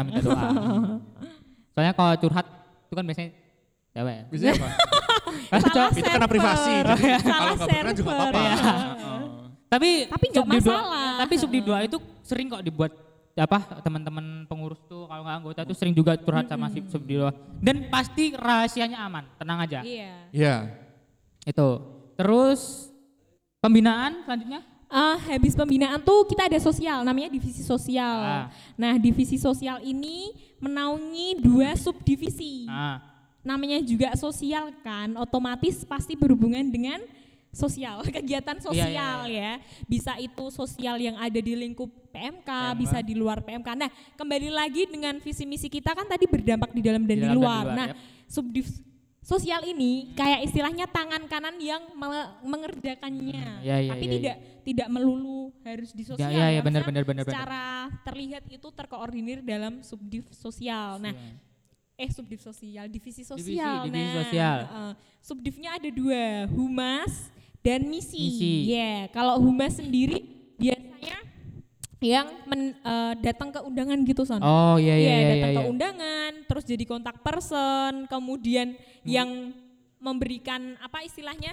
Soalnya kalau curhat itu kan biasanya cewek. Biasanya apa? Itu karena privasi. Kalau nggak pernah juga apa-apa. Tapi nggak masalah. Tapi subdi doa itu sering kok dibuat teman-teman pengurus tuh kalau nggak anggota tuh sering juga curhat sama subdi doa. Dan pasti rahasianya aman, tenang aja. Iya. Itu. Terus pembinaan selanjutnya? Habis pembinaan tuh kita ada sosial, namanya divisi sosial. Nah divisi sosial ini menaungi 2 subdivisi. Namanya juga sosial kan, otomatis pasti berhubungan dengan sosial, kegiatan sosial ya. Bisa itu sosial yang ada di lingkup PMK, bisa di luar PMK. Nah kembali lagi dengan visi misi kita kan tadi berdampak di dalam dan di luar. Nah subdivisi sosial ini kayak istilahnya tangan kanan yang mengerjakannya, tapi tidak melulu harus di sosial. Benar. Secara terlihat itu terkoordinir dalam subdiv sosial. Nah, subdiv sosial, divisi sosial. Divisi sosial. Subdivnya ada 2, humas dan misi. Kalau humas sendiri biasanya yang datang ke undangan gitu Son. Datang ke undangan, terus jadi kontak person, kemudian yang memberikan istilahnya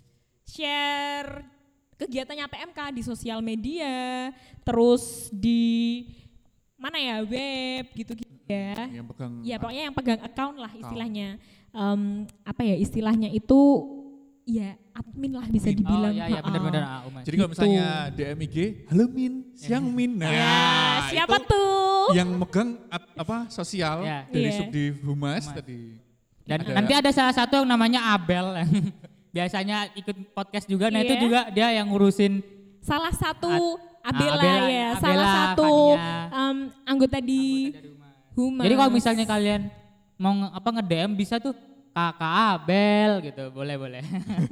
share kegiatannya PMK di sosial media, terus di web gitu-gitu ya. Yang pegang. Ya pokoknya yang pegang account lah istilahnya. Istilahnya itu ya admin lah bisa dibilang. Benar. Jadi kalau misalnya DMIG, halo Min, siang Min. Nah, siapa tuh? Yang megang sosial dari subdiv humas tadi. Dan nanti ada salah satu yang namanya Abel yang biasanya ikut podcast juga. Nah itu juga dia yang ngurusin salah satu Abela, Abela, salah satu anggota di Humas. Jadi kalau misalnya kalian mau nge-DM bisa tuh Kakak Abel gitu, boleh.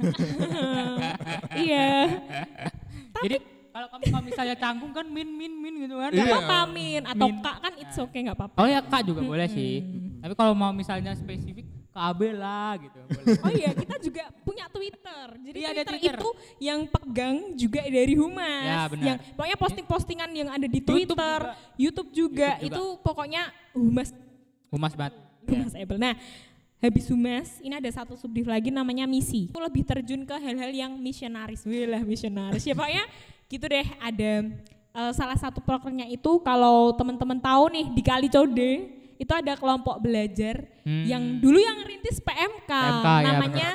Iya. Jadi kalau misalnya canggung kan min gitu kan. Gak apa-apa min atau kak kan it's okay gak apa-apa. Oh ya kak juga boleh sih. Tapi kalau mau misalnya spesifik ke Abel lah gitu. Boleh. Oh iya kita juga punya Twitter. Jadi Iya, ada Twitter Twitter. itu yang pegang juga dari Humas. Ya, benar. Yang pokoknya posting-postingan yang ada di Twitter, YouTube juga. Itu pokoknya Humas banget. Humas Abel. Nah, habis Humas, ini ada satu subdiv lagi namanya misi. Aku lebih terjun ke hal-hal yang misionaris. Wilah misionaris. Ya pokoknya gitu deh, ada salah satu prokernya itu kalau teman-teman tahu nih di Kalicode itu ada kelompok belajar yang dulu yang rintis PMK ya, namanya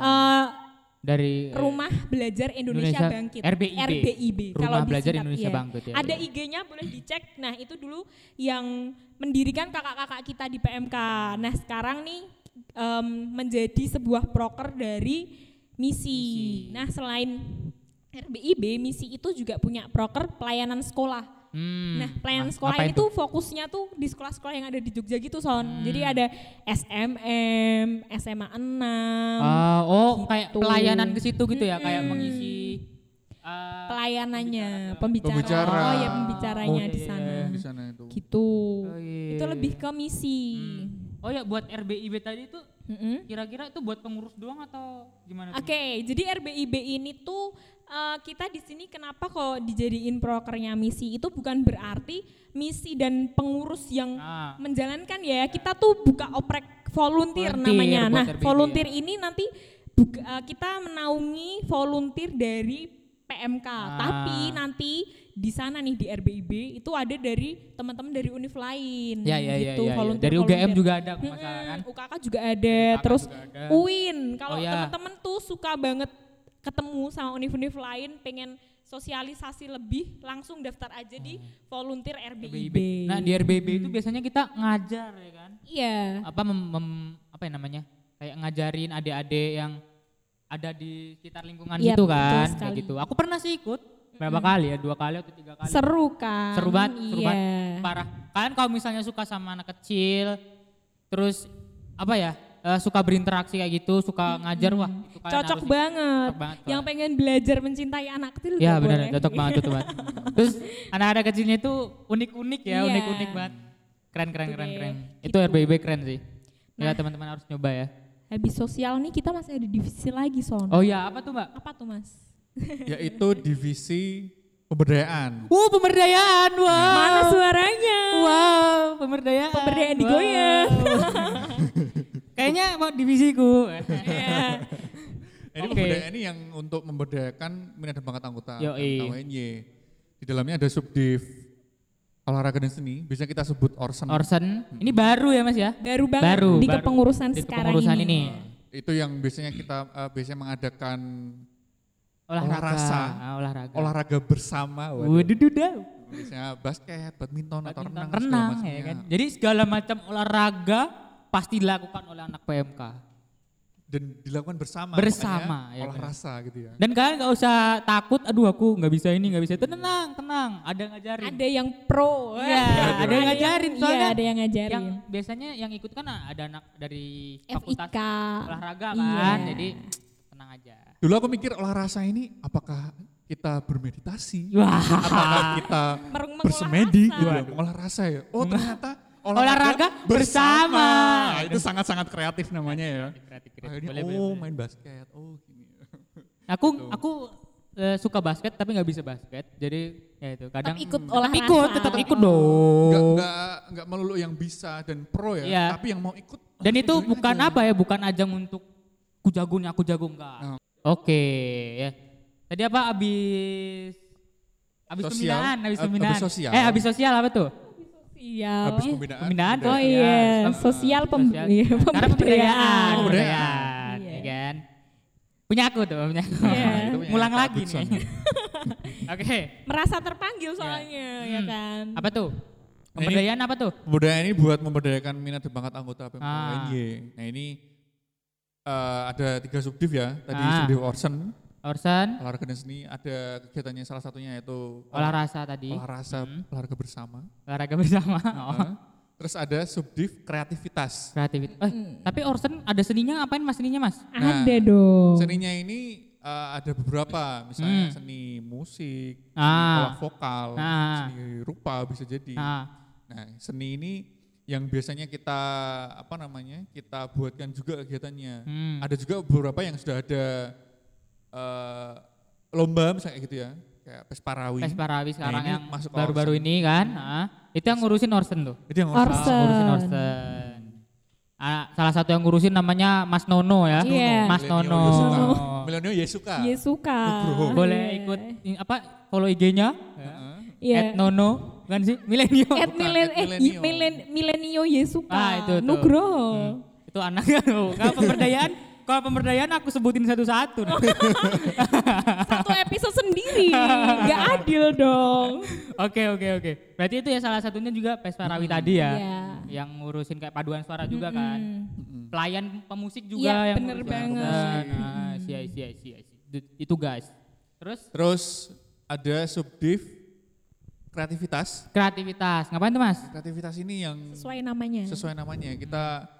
dari Rumah Belajar Indonesia Bangkit. RBIB. Rumah Belajar disingkat, Indonesia iya. Bangkit ya. Ada IG-nya boleh dicek. Nah, itu dulu yang mendirikan kakak-kakak kita di PMK. Nah, sekarang nih menjadi sebuah proker dari misi. Nah, selain RBIB, misi itu juga punya proker pelayanan sekolah. Nah, pelayanan sekolah ini tuh fokusnya tuh di sekolah-sekolah yang ada di Jogja gitu, Son. Jadi ada SMM, SMA 6. Kayak pelayanan ke situ gitu ya, kayak mengisi pelayanannya, pembicara. Oh ya, pembicaranya di sana. Di sana itu. Gitu. iya. Itu lebih ke misi. Oh ya buat RBIB tadi tuh kira-kira itu buat pengurus doang atau gimana? Oke, jadi RBIB ini tuh kita di sini kenapa kok dijadiin prokernya misi itu bukan berarti misi dan pengurus yang menjalankan ya. Kita tuh buka oprek volunteer namanya. Nah, RBIB, volunteer ini nanti kita menaungi volunteer dari PMK. Tapi nanti di sana nih di RBIB itu ada dari teman-teman dari univ lain. Ya, gitu, ya. volunteer, Dari UGM volunteer. juga ada masalah kan? UKK juga ada, terus juga ada. UIN. Kalau Oh, ya. teman-teman tuh suka banget ketemu sama univ-univ lain, pengen sosialisasi lebih, langsung daftar aja di volunteer RBIB. Nah di RBIB itu biasanya kita ngajar ya kan? Iya. Apa ya namanya? Kayak ngajarin adik-adik yang ada di sekitar lingkungan Iya, gitu betul kan? sekali. Kayak gitu. Aku pernah sih ikut berapa kali ya? 2 kali atau 3 kali. Seru kan? Seru banget, Iya. parah. Kalian kalau misalnya suka sama anak kecil, terus apa ya? Suka berinteraksi kayak gitu, suka ngajar, wah itu kalian Cocok harus banget. Cocok banget, Yang Pak. pengen belajar mencintai anak kecil Ya juga benar, boleh. cocok banget. Terus anak-anak kecilnya itu unik-unik ya, Iya. unik-unik banget. Keren. deh, Itu gitu. RBIB keren sih. Ya Nah. teman-teman harus nyoba ya. Habis sosial nih kita masih ada divisi lagi, Son. Oh ya, apa tuh Mbak? Apa tuh, Mas? Yaitu divisi pemberdayaan. Pemberdayaan, wow. Mana suaranya? Wow, pemberdayaan. Pemberdayaan Wow. digoyang. Kayaknya mau divisiku. Iya. Ini Oke. pemberdayaan ini yang untuk memberdayakan minat dan bakat anggota Yoi. KWNY. Di dalamnya ada subdiv olahraga dan seni, biasanya kita sebut Orsen. Orsen, ini baru ya Mas ya? Baru banget di baru. kepengurusan Di sekarang kepengurusan ini. Itu yang biasanya kita biasanya mengadakan Olahraga. olahraga bersama. Waduh, Biasanya basket, badminton, atau renang, segala renang macamnya. ya kan. Jadi segala macam olahraga pasti dilakukan oleh anak PMK. Dan dilakukan bersama. Bersama, makanya ya olah kan. rasa gitu ya. Dan kalian gak usah takut, aduh aku nggak bisa ini, nggak bisa itu. Tenang, ada yang ngajarin. Ada yang pro. Iya, ada yang ngajarin Iya, soalnya. ada yang ngajarin. Yang biasanya yang ikut kan ada anak dari fakultas FIK. olahraga Iya. kan, jadi tenang aja. Dulu aku mikir olah rasa ini apakah kita bermeditasi? Wah, Apakah kita Mengolah bersemedi rasa. gitu ya, mengolah rasa ya? Oh ternyata Olahraga bersama. Nah, itu sangat-sangat kreatif namanya ya. kreatif. Akhirnya Boleh. main basket, oh gini. Aku suka basket tapi nggak bisa basket, jadi ya itu kadang Tetap ikut tetap olah ikut, rasa. tetap ikut dong. Enggak melulu yang bisa dan pro ya, Iya. tapi yang mau ikut. Dan itu join bukan aja. apa ya, bukan ajang untuk aku jago enggak. Oke, ya. Tadi apa abis Sosial. pembinaan. Abis sosial. Abis sosial apa tuh? Iya. Habis pembinaan. Pembinaan tuh. Oh iya, sosial Sosial. iya, Sekarang pemberdayaan. Pemberdayaan. Ya kan? Punya aku tuh, punya aku. Iya. Itu punya Ngulang Kak lagi Gudson. nih. Oke, Merasa terpanggil soalnya, ya kan. apa tuh? Pemberdayaan apa tuh? Pemberdayaan ini buat memberdayakan minat dan bakat anggota PMKWNY. Nah ini ada 3 subdiv ya. Tadi subdiv Orsen, olahraga dan seni, ada kegiatannya salah satunya yaitu olahraga tadi. Olahraga bersama. Olahraga bersama. Terus ada subdiv kreativitas. Tapi Orsen ada seninya ngapain Mas seninya Mas? Ada dong. Seninya ini ada beberapa, misalnya seni musik, olah vokal, seni rupa bisa jadi. Nah, seni ini yang biasanya kita kita buatkan juga kegiatannya. Ada juga beberapa yang sudah ada lomba misalnya gitu ya, kayak Pesparawi sekarang yang masuk baru-baru ini kan. Itu yang ngurusin Orsen tuh. Itu yang ngurusin Orsen. Salah satu yang ngurusin namanya Mas Nono ya. Mas Nono. Milenio Yesuka. Boleh ikut follow IG-nya. @nono kan sih? Milenio. Milenio Yesuka. Itu. Nugroho. Itu anaknya loh. Kalau pemberdayaan aku sebutin satu-satu. Satu episode sendiri. Gak adil dong. Oke. Berarti itu ya salah satunya juga Pesparawi tadi ya. Yang ngurusin kayak paduan suara juga kan. Pelayan pemusik juga yang bener banget. Sia. Itu guys. Terus ada subdiv kreativitas. Ngapain tuh Mas? Kreativitas ini yang Sesuai namanya. Kita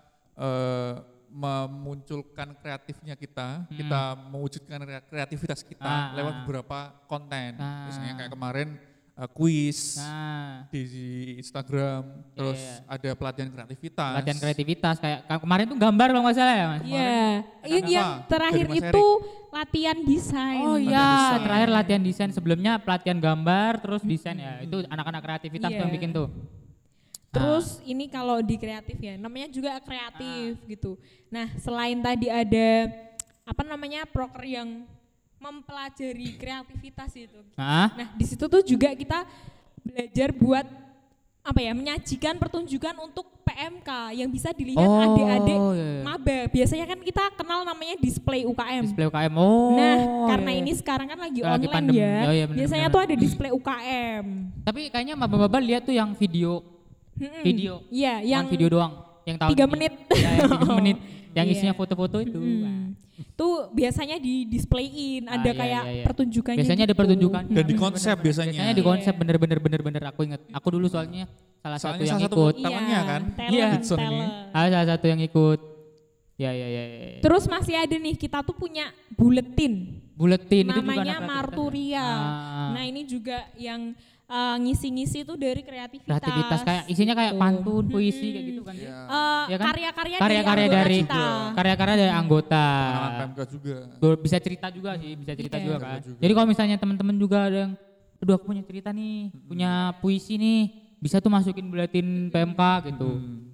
memunculkan kreatifnya kita mewujudkan kreativitas kita lewat beberapa konten. Misalnya kayak kemarin kuis di Instagram, terus ada pelatihan kreativitas. Kayak kemarin tuh gambar kalau nggak salah ya Mas? Iya. Yang terakhir itu latihan desain. Oh iya, terakhir latihan desain, sebelumnya pelatihan gambar, terus desain ya. Itu anak-anak kreativitas tuh yang bikin tuh. Terus ini kalau di kreatif ya, namanya juga kreatif gitu. Nah, selain tadi ada proker yang mempelajari kreativitas itu. Nah, di situ tuh juga kita belajar buat menyajikan pertunjukan untuk PMK yang bisa dilihat adik-adik maba. Biasanya kan kita kenal namanya display UKM. Nah, karena ini sekarang kan lagi online pandemi. Bener, biasanya tuh ada display UKM. Tapi kayaknya maba-maba lihat tuh yang video. Iya, yang video doang. Yang tahun 3 menit. Ya, yang 3 menit. Yang isinya foto-foto itu. Tuh biasanya di displayin, ada kayak pertunjukannya. Biasanya gitu. ada pertunjukan. Dan di konsep biasanya. Biasanya di konsep bener aku inget. Aku dulu soalnya salah satu yang ikut. Temannya kan? Iya. Salah satu yang ikut. Ya. Terus masih ada nih, kita tuh punya buletin namanya Marturia. Nah ini juga yang ngisi-ngisi tuh dari kreativitas kayak isinya kayak pantun, puisi kayak gitu kan. Ya kan? Karya-karya dari anggota. PMK juga. Bisa cerita juga sih, juga kan. Jadi kalau misalnya teman-teman juga ada yang aduh aku punya cerita nih, punya puisi nih, bisa tuh masukin buletin PMK gitu.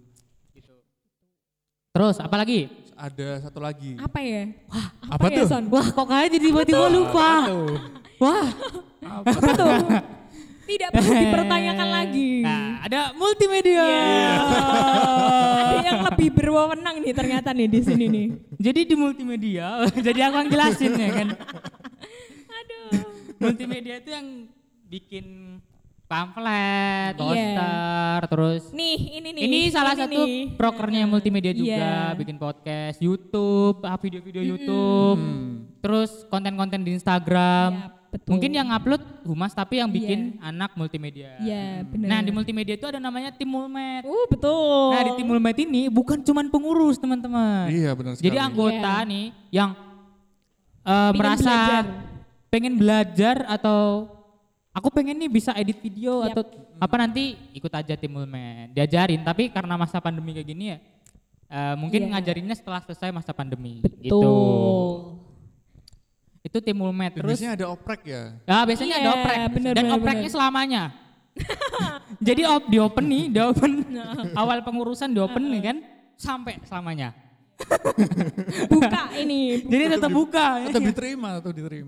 Terus apa lagi? Ada satu lagi. Apa ya? Wah, apa tuh? Son? Wah, kok kayak jadi tiba-tiba lupa. Wah, apa tuh? Tidak perlu dipertanyakan lagi. Nah, ada multimedia. Ada yang lebih berwenang nih ternyata nih di sini nih. Jadi di multimedia, jadi aku yang jelasin ya kan. Aduh. Multimedia itu yang bikin pamflet, poster, terus. Nih, ini salah satu prokernya multimedia juga, bikin podcast, YouTube, video-video YouTube, terus konten-konten di Instagram. Betul. Mungkin yang upload humas tapi yang bikin anak multimedia. Iya, benar. Nah, di multimedia itu ada namanya tim Mulmed. Betul. Nah, di tim Mulmed ini bukan cuman pengurus, teman-teman. Iya, benar sekali. Jadi anggota nih yang merasa pengen belajar atau aku pengen nih bisa edit video atau apa, nanti ikut aja tim Mulmed. Diajarin, tapi karena masa pandemi kayak gini ya mungkin ngajarinnya setelah selesai masa pandemi. Betul. Gitu. Itu tim Mulmed. Terus biasanya ada oprek ya? Ya biasanya ada oprek. Dan opreknya selamanya. Jadi di open awal pengurusan di open nih kan sampai selamanya. Buka ini. Jadi tetap buka. Tetap diterima.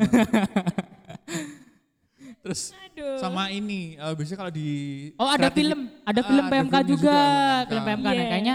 Terus sama ini biasanya kalau di ada film PMK juga. Film PMK nah, kayaknya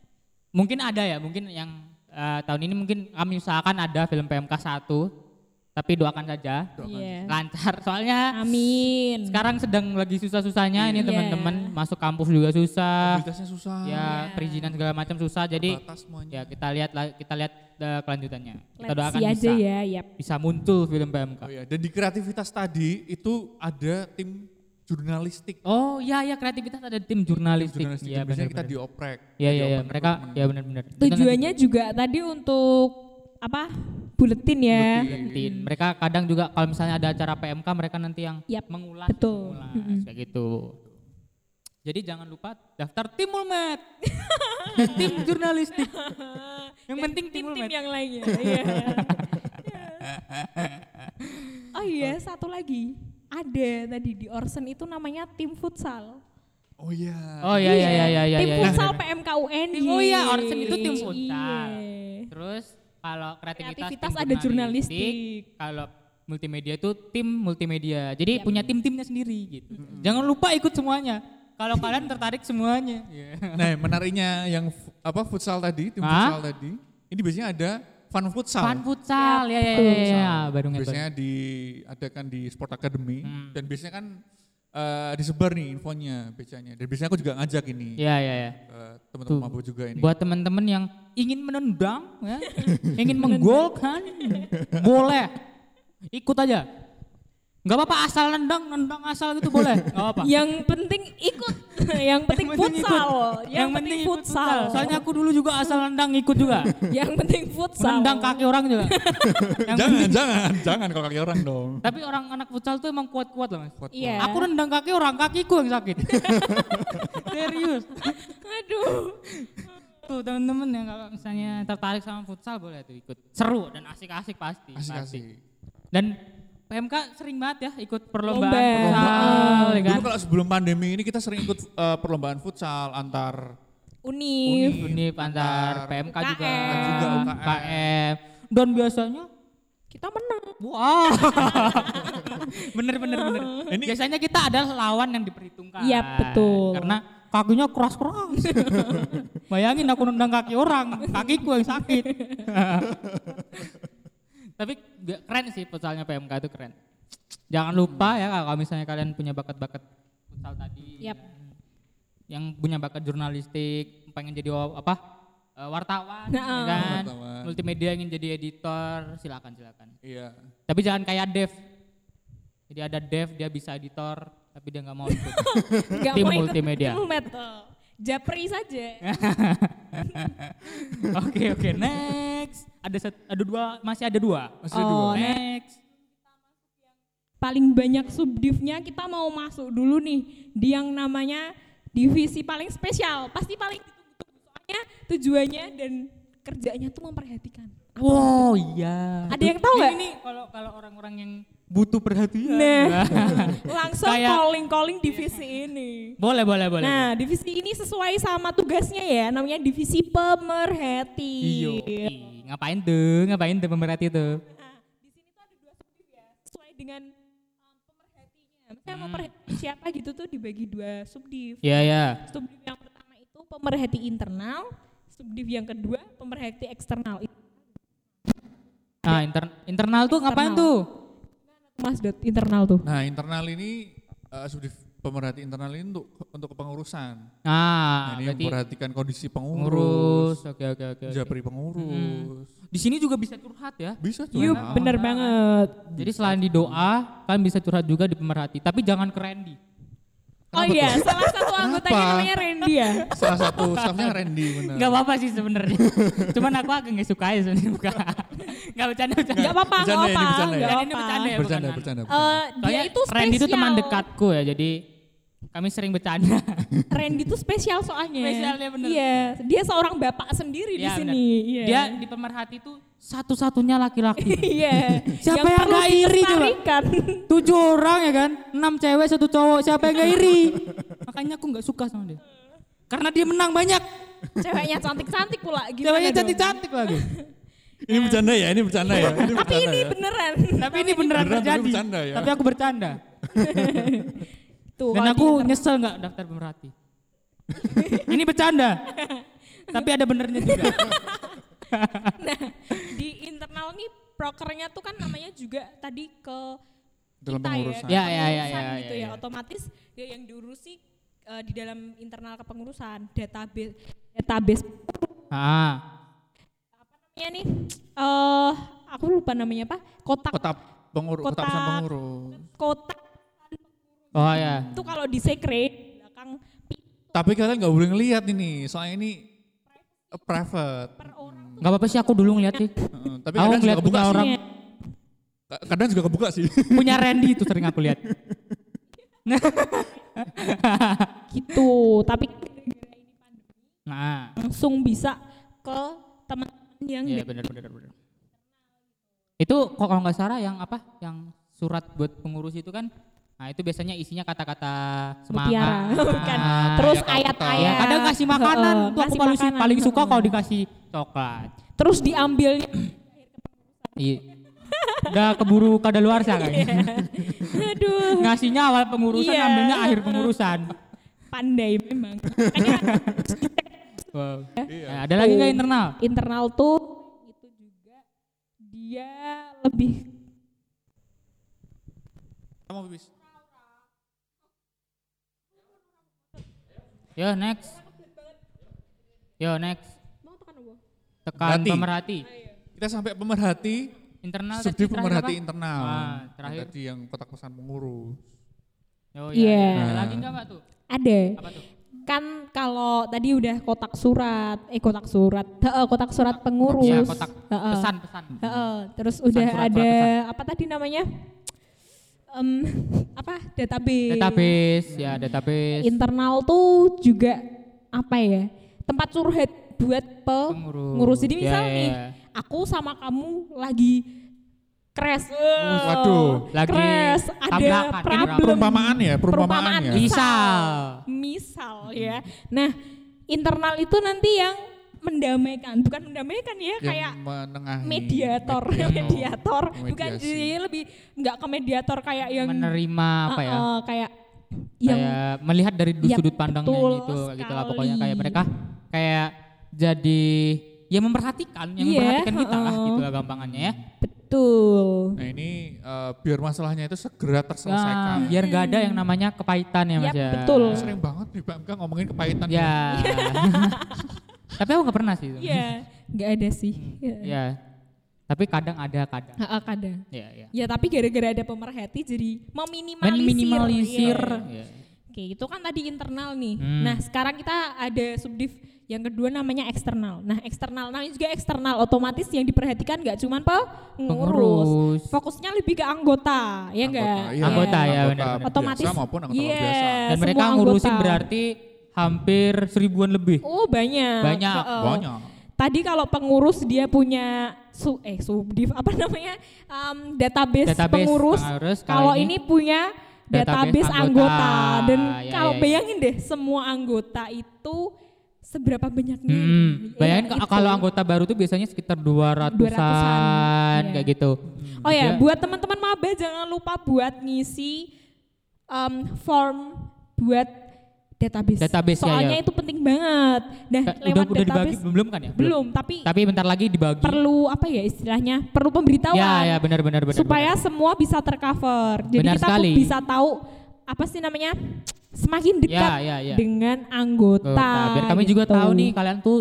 mungkin ada ya, mungkin yang tahun ini mungkin kami usahakan ada film PMK 1. Tapi doakan saja Iya. lancar. Soalnya Amin. sekarang sedang lagi susah-susahnya ini Iya. teman-teman. Masuk kampus juga susah. Mobilitasnya susah. Ya perizinan segala macam susah. Jadi Batas semuanya. ya kita lihat kelanjutannya. Kita Let's doakan see bisa aja ya, yap. bisa muncul film PMK. Oh ya, dan di kreativitas tadi itu ada tim jurnalistik. Oh iya kreativitas ada tim jurnalistik. Jurnalistik. Iya Biasanya benar. kita dioprek. Iya diopen mereka recruitment. ya benar-benar. Tujuannya juga tadi untuk apa? Buletin ya. Buletin. Mereka kadang juga kalau misalnya ada acara PMK mereka nanti yang Yap, mengulas, betul. kayak gitu. Jadi jangan lupa daftar tim Mulmed. Tim jurnalistik. Yang penting tim Tim-tim Mulmed. yang lainnya. Iya. Oh iya, satu lagi. Ada tadi di Orsen itu namanya tim futsal. Oh iya. Oh iya. Tim iya. futsal PMKUN. Oh iya, Orsen itu tim futsal. Iya. Terus kalau kreativitas Kreativitas tim ada jurnalistik. Kalau multimedia itu tim multimedia. Jadi punya tim-timnya sendiri gitu. Jangan lupa ikut semuanya. Kalau kalian tertarik semuanya. Nah, menariknya yang futsal tadi, tim futsal tadi. Ini biasanya ada fun futsal. Fun futsal, ya, baru ngerti. Biasanya diadakan di Sport Academy dan biasanya kan disebar nih infonya, becanya. Dan biasanya aku juga ngajak ini. Iya. Teman-teman mabuk juga ini. Buat teman-teman yang ingin menendang, ya, ingin menggolkan, boleh ikut aja. Nggak apa-apa asal nendang asal gitu boleh, nggak apa-apa. Yang penting ikut. Yang penting futsal. Yang penting ikut futsal. Soalnya aku dulu juga asal nendang ikut juga. Yang penting futsal. Nendang kaki orang juga. Jangan kalau kaki orang dong. Tapi orang anak futsal tuh emang kuat-kuat loh mas. Iya. Aku nendang kaki orang, kakiku yang sakit. Serius. Aduh. Tuh teman-teman yang kalau misalnya tertarik sama futsal boleh tuh ikut. Seru dan asik-asik pasti. Asik-asik. Dan PMK sering banget ya ikut perlombaan Lomba. futsal, ya kan? Dulu kalau sebelum pandemi ini kita sering ikut perlombaan futsal antar Univ. Antar PMK juga, UKM. UKM. Dan biasanya Kita menang. wah, bener. Biasanya kita adalah lawan yang diperhitungkan. Iya, betul. Karena kakinya keras-keras. Bayangin aku nendang kaki orang, kakiku yang sakit. Tapi keren sih futsalnya PMK itu keren. Jangan lupa ya kalau misalnya kalian punya bakat-bakat futsal tadi. Yap. Yang punya bakat jurnalistik, pengen jadi wartawan, ya kan? Wartawan. Multimedia ingin jadi editor, silakan. Iya. Tapi jangan kayak Dev. Jadi ada Dev, dia bisa editor, tapi dia nggak mau ikut. Nggak Tim mau ikut multimedia. tim Japri saja. Oke, next. Masih ada dua. Oh, Next. Paling banyak subdivnya kita mau masuk dulu nih di yang namanya divisi paling spesial. Pasti paling ditunggu-tunggu soalnya tujuannya dan kerjanya tuh memperhatikan. Wow, iya. Ada yang tahu nggak? Ini kalau orang-orang yang butuh perhatian. Nah, langsung Kayak- calling divisi ini. Boleh. Nah, divisi ini sesuai sama tugasnya ya, namanya divisi pemerhati. Iyo. Ngapain tuh pemerhati tuh? Nah, di sini tuh ada 2 subdiv ya, sesuai dengan pemerhatinya. Misalnya pemerhati siapa gitu tuh dibagi 2 subdiv. Iya. Subdiv yang pertama itu pemerhati internal, subdiv yang kedua pemerhati eksternal. Nah, internal tuh ngapain Eksternal. tuh? Mas internal tuh. Nah, internal ini subdivisi pemerhati internal ini untuk kepengurusan. Nah, Ini berarti memperhatikan kondisi pengurus. pengurus, Oke. japri pengurus. Di sini juga bisa curhat ya. Bisa tuh. Yup, bener banget. Jadi selain di doa, kalian bisa curhat juga di pemerhati. Tapi jangan ke Randy. Oh iya, salah satu anggotanya Kenapa? namanya Randy ya. Salah satu staffnya Randy benar. Gak apa-apa sih sebenarnya. Cuman aku agak nggak suka aja sebenarnya bukan. Gak bercanda. Gak apa-apa, Bercanda gak ya, ini apa-apa. bercanda ya? Gak Ini apa-apa. bercanda ya, Bercanda. bukan? Dia Soalnya itu spesial. Randy itu teman dekatku ya, jadi kami sering bercanda. Randy itu spesial soalnya. Spesialnya bener. Iya, dia seorang bapak sendiri di Iya, sini. Iya. Dia di pemerhati itu satu-satunya laki-laki. Iya. Siapa yang perlu nggak iri coba? dilestarikan. 7 orang ya kan, 6 cewek 1 cowok, siapa yang gak iri? Makanya aku gak suka sama dia. Karena dia menang banyak, Ceweknya cantik-cantik pula. Gimana ceweknya dong? cantik-cantik lagi. Ini bercanda ya, ini bercanda ya. Tapi bercanda ini ya. beneran. Tapi ini beneran Beneran, tapi terjadi. bercanda ya. Tapi aku bercanda. Tuh, Dan kalau aku di nyesel gak daftar pemerhati. Ini bercanda. Tapi ada benernya juga. Nah, di internal nih prokernya tuh kan namanya juga tadi ke Dalam kita pengurusan. ya, Ya. gitu ya. Otomatis ya yang diurusi di dalam internal kepengurusan, database namanya nih, aku lupa namanya apa, kotak Kotak pengurus. kotak Oh ya. itu kalau di secret belakang Tapi kalian nggak boleh ngelihat ini, soalnya ini private. per orang Nggak apa-apa sih, aku dulu ngeliat sih. Tapi Aku kadang juga ngeliat kebuka punya sih. orang Kadang juga kebuka sih. punya Randy itu sering aku lihat. gitu, tapi Nah, langsung bisa ke teman-teman yang iya benar. Itu kok kalau nggak salah yang apa? Yang surat buat pengurus itu kan, nah itu biasanya isinya kata-kata mutiara, semangat. bukan. Nah, Terus ya, ayat-ayat. ya, kadang ngasih makanan, tuh aku ngasih paling, makanan, paling suka heeh. kalau dikasih coklat. Terus diambilnya. Iya. Udah keburu kadaluarsa kayaknya. Aduh, Ngasihnya awal pengurusan, Iya. ambilnya akhir pengurusan. pandai memang. Makanya Wow. Iya. Nah, ada lagi nggak internal? internal tuh itu juga dia lebih Kamu bis. Yo next. Tekan Pemerhati. pemerhati. Kita sampai pemerhati, Internal subdit tadi terakhir pemerhati apa? internal. Ah, terakhir. Tadi yang kotak pesan pengurus. Oh Iya. iya. Ada lagi nggak Mbak tuh? ada. Apa tuh? Kan kalau tadi udah kotak surat pengurus. Iya, kotak Heeh. pesan-pesan. Terus udah surat ada pesan. apa tadi namanya? Database. Database, ya database. Internal tuh juga apa ya? Tempat curhat buat pengurus. Jadi misal Ya, ya, nih, ya. aku sama kamu lagi crash. Waduh. Lagi crash, ada tabrakan, problem. Perumpamaan ya, perumpamaan ya. Misal ya. Nah, internal itu nanti yang bukan mendamaikan ya, Yang kayak menengahi. mediator, bukan Mediasi. jadi lebih nggak ke mediator kayak yang menerima apa ya? kayak yang Kayak melihat dari Ya, sudut pandangnya betul gitu lah sekali. pokoknya kayak mereka kayak jadi ya memperhatikan Iya, memperhatikan kita lah gitu lah gampangannya ya. betul. Nah ini biar masalahnya itu segera Nah, terselesaikan. biar gak ada yang namanya kepahitan ya Mas Yap, ya. betul. Sering banget di BMK ngomongin kepahitan. Ya. Tapi aku gak pernah sih. itu. Iya, nggak ada sih. Ya. Tapi kadang ada kadang. Kadang. Ya, ya. Ya tapi gara-gara ada pemerhati jadi meminimalisir. Minimalisir. Iya. Ya. Oke, itu kan tadi internal nih. Hmm. Nah, sekarang kita ada subdiv yang kedua namanya eksternal. Nah, eksternal namanya juga eksternal, otomatis yang diperhatikan nggak cuma pengurus. Fokusnya lebih ke anggota, ya enggak? Iya, Anggota, ya, anggota benar-benar. Otomatis. biasa maupun anggota Iya, biasa. Dan mereka semua ngurusin anggota. berarti hampir 1000-an lebih. Oh, banyak. Banyak. Banyak. Tadi kalau pengurus dia punya subdiv apa namanya? Database pengurus. Kalau ini punya database anggota. Dan Ya, kalau ya, ya. bayangin deh semua anggota itu seberapa banyaknya. Bayangin Ya, itu. kalau anggota baru tuh biasanya sekitar 200-an 200-an, kayak iya. gitu. Oh ya, Ya. buat teman-teman maba jangan lupa buat ngisi form buat database. Database, ya, Soalnya ya. itu penting banget. Nah, Udah lewat dibagi database belum kan ya? belum, tapi Bentar lagi dibagi. perlu apa ya istilahnya? Perlu pemberitahuan. Ya, benar. Supaya semua bisa tercover. Jadi Benar kita sekali. tuh bisa tahu apa sih namanya? Semakin dekat Ya. dengan anggota. Biar kami juga gitu. tahu nih kalian tuh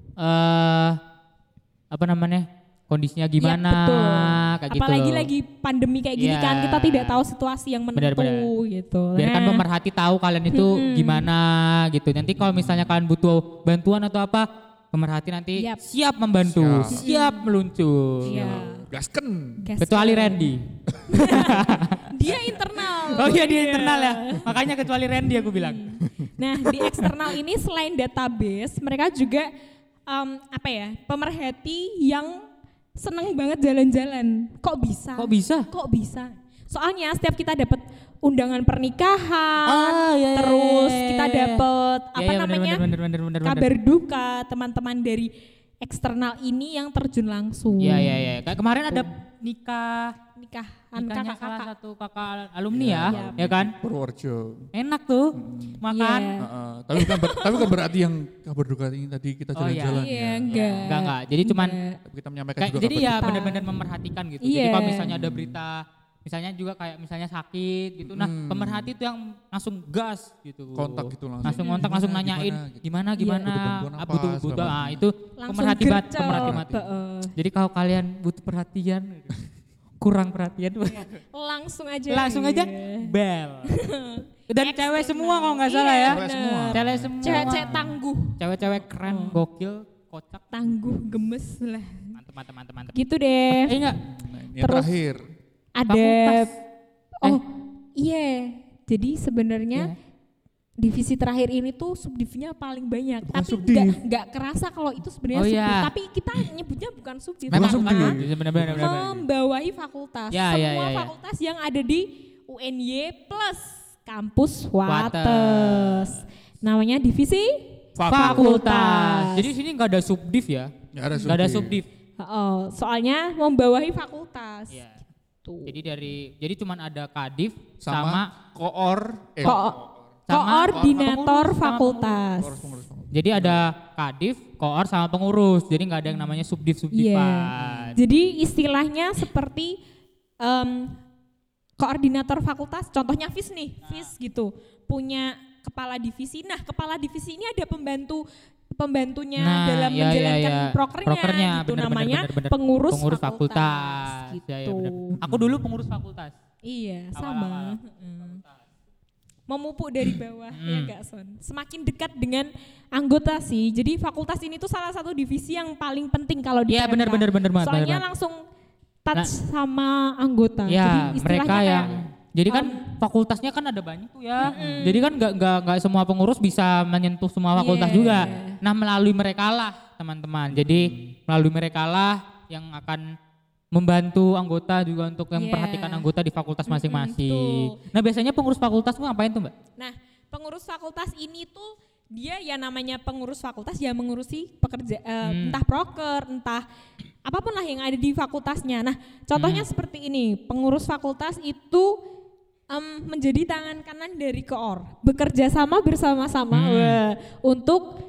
apa namanya? Kondisinya gimana Ya, betul. kayak gitu. Apalagi lagi pandemi kayak gini Ya. kan, kita tidak tahu situasi yang menentu Benar. gitu. Biar kan Nah, pemerhati tahu kalian itu gimana gitu. Nanti kalau misalnya kalian butuh bantuan atau apa, pemerhati nanti Yap. siap membantu, siap meluncur. Iya. Gasken. Gas- Kecuali Randy. Dia internal. Oh iya dia internal ya. Makanya kecuali Randy aku bilang. Nah, di eksternal ini selain database, mereka juga pemerhati yang seneng banget jalan-jalan. Kok bisa? Kok bisa? Soalnya setiap kita dapat undangan pernikahan, iya. terus kita dapat Iya, namanya bener. kabar duka teman-teman dari eksternal ini yang terjun langsung. Iya. Kayak kemarin ada nikahan Nikahnya salah kakak. satu kakak alumni ya kan? Purworejo. Enak tuh makan. Iya. Tapi bukan berarti yang kabar duka ini tadi kita jalan-jalan Iya, ya. enggak. Jadi cuman Tapi kita menyampaikan kayak juga jadi kabar ya duka. benar-benar memperhatikan gitu. Iya. Jadi kalau misalnya ada berita misalnya juga kayak misalnya sakit gitu. Nah, pemerhati itu yang langsung gas gitu. Kontak gitu langsung. Langsung kontak, langsung Gimana, nanyain gitu. gimana Butuh bantuan apa, butuh segala macam. itu Langsung pemerhati banget, gercep. pemerhati banget. Heeh. Jadi kalau kalian butuh perhatian kurang perhatian Langsung aja. langsung aja Iya. bel. Dan cewek Eksternal. semua kalau nggak salah ya. Iya, Cewek semua. bener. Cewek semua. Cewek-cewek tangguh. Cewek-cewek keren, gokil, kocak. Tangguh, gemes lah. Mantep. Gitu deh. Enggak. Nah, ini yang Terus- terakhir. Ada Fakultas. iya. Jadi sebenarnya Iya. divisi terakhir ini tuh subdivisinya paling banyak. Bukan Tapi subdiv. nggak kerasa kalau itu sebenarnya Oh, subdiv. iya. Tapi kita nyebutnya bukan subdiv. Memang Bukan karena subdiv. benar-benar. membawahi fakultas. Ya, Semua ya, ya, ya. fakultas yang ada di UNY plus kampus Wates. Wates. Namanya divisi Fakultas. Jadi sini nggak ada subdiv ya? Nggak ada Nggak ada subdiv. soalnya membawahi fakultas. Iya. Tuh. Jadi cuman ada kadif sama sama Koordinator sama fakultas. pengurus. jadi ada kadif, koor sama pengurus. Jadi nggak ada yang namanya Iya. subdiv-subdivan. Jadi istilahnya seperti koordinator fakultas, contohnya FIS nih, FIS gitu, punya kepala divisi. Nah, kepala divisi ini ada pembantunya dalam ya, menjalankan ya. prokernya gitu, namanya pengurus fakultas. Gitu. Ya, bener. Aku dulu pengurus fakultas. Iya, Awal-awal. sama. Memupuk dari bawah ya gak Son. Semakin dekat dengan anggota sih. Jadi fakultas ini tuh salah satu divisi yang paling penting kalau di Iya, PMK. benar banget. Soalnya bener. langsung touch sama anggota. Ya, Jadi istilahnya mereka kayak yang jadi kan fakultasnya kan ada banyak tuh ya. Jadi kan nggak semua pengurus bisa menyentuh semua fakultas Yeah. juga. Nah, melalui mereka lah teman-teman. Jadi melalui mereka lah yang akan membantu anggota juga untuk yang Yeah. memperhatikan anggota di fakultas masing-masing. betul. Nah, biasanya pengurus fakultas tuh ngapain tuh, Mbak? Nah, pengurus fakultas ini tuh dia ya namanya pengurus fakultas ya mengurusi pekerja entah proker, entah apapun lah yang ada di fakultasnya. Nah, contohnya seperti ini, pengurus fakultas itu menjadi tangan kanan dari koor, bekerja sama bersama-sama untuk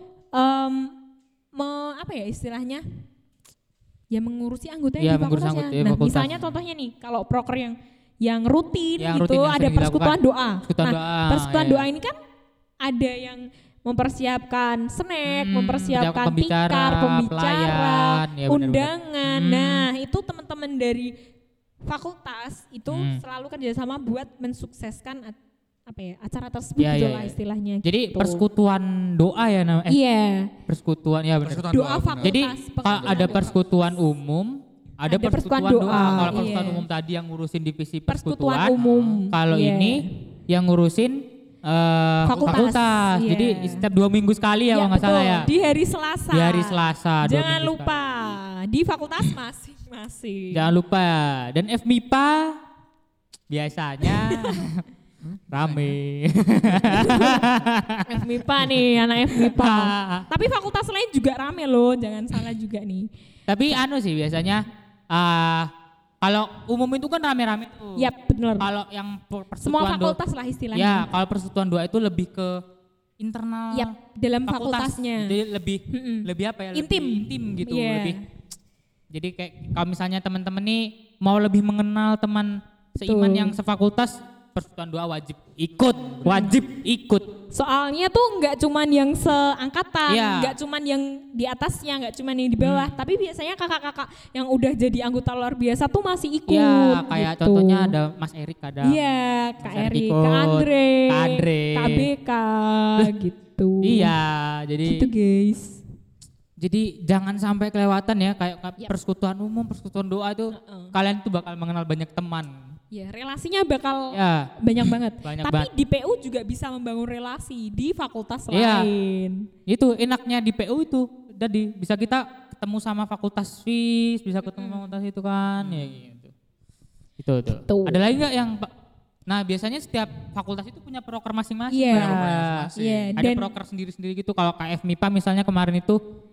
apa ya istilahnya? Ya mengurusi anggota Ya, yang di mengurus fakultasnya. anggota di Nah, fakultas. misalnya contohnya nih, kalau proker yang rutin Yang gitu rutin, yang ada sering persekutuan dilakukan. doa. Persekutuan Nah, doa, persekutuan ya. doa ini kan ada yang mempersiapkan snack, mempersiapkan pembicara, tikar, pembicara, pelayan, ya benar-benar. undangan. Nah, itu teman-teman dari fakultas itu selalu kerjasama buat mensukseskan acara tersebut Ya, gitu ya, lah ya. istilahnya. Jadi gitu. persekutuan doa ya namanya. Iya. Persekutuan ya benar. Persekutuan Doa doa, benar. fakultas. Jadi kalau ada doa. persekutuan umum, ada Ada persekutuan persekutuan doa. doa, Kalau persekutuan iya. umum tadi yang ngurusin divisi Persekutuan persekutuan, umum. kalau Iya. ini yang ngurusin Fakultas, fakultas. iya. Jadi setiap 2 minggu sekali ya kalau nggak salah ya. Di hari Selasa. Di hari Selasa. 2 Jangan minggu lupa di fakultas masing-masing. Jangan lupa. Dan FMIPA biasanya rame. FMIPA nih, anak FMIPA. Tapi fakultas lain juga rame loh, jangan salah juga nih. Tapi anu sih biasanya kalau umum itu kan rame-rame tuh. Yap, benar. Kalau yang Semua persekutuan fakultas lah istilahnya. Ya, kalau persekutuan doa itu lebih ke internal. Yap, dalam fakultas. fakultasnya. Jadi lebih apa ya? Intim. Lebih intim gitu, Iya. lebih. Jadi kayak kalau misalnya teman-teman nih mau lebih mengenal teman seiman Betul. yang sefakultas, persekutuan doa wajib ikut. Soalnya tuh nggak cuman yang seangkatan, Iya. nggak cuman yang di atasnya, nggak cuman yang di bawah, tapi biasanya kakak-kakak yang udah jadi anggota luar biasa tuh masih ikut. Ya, kayak gitu. contohnya ada Mas Erik ada. Iya, Kak Mas Erik Erik, ikut, Kak Andre, Kak Andre. Kak BK gitu. Iya, jadi Gitu guys. Jadi jangan sampai kelewatan ya kayak Yap. persekutuan umum, persekutuan doa itu kalian tuh bakal mengenal banyak teman. Ya, relasinya bakal Ya, banyak banget. Banyak Tapi banget. di PU juga bisa membangun relasi di fakultas Iya. lain. itu enaknya di PU itu. Jadi bisa kita ketemu sama fakultas FIS, bisa ketemu fakultas itu kan, ya gitu. Itu. Tuh. Ada lagi nggak yang Nah, biasanya setiap fakultas itu punya proker masing-masing. Iya. Kan? Iya, Ada dan proker sendiri-sendiri gitu. Kalau KF MIPA misalnya kemarin itu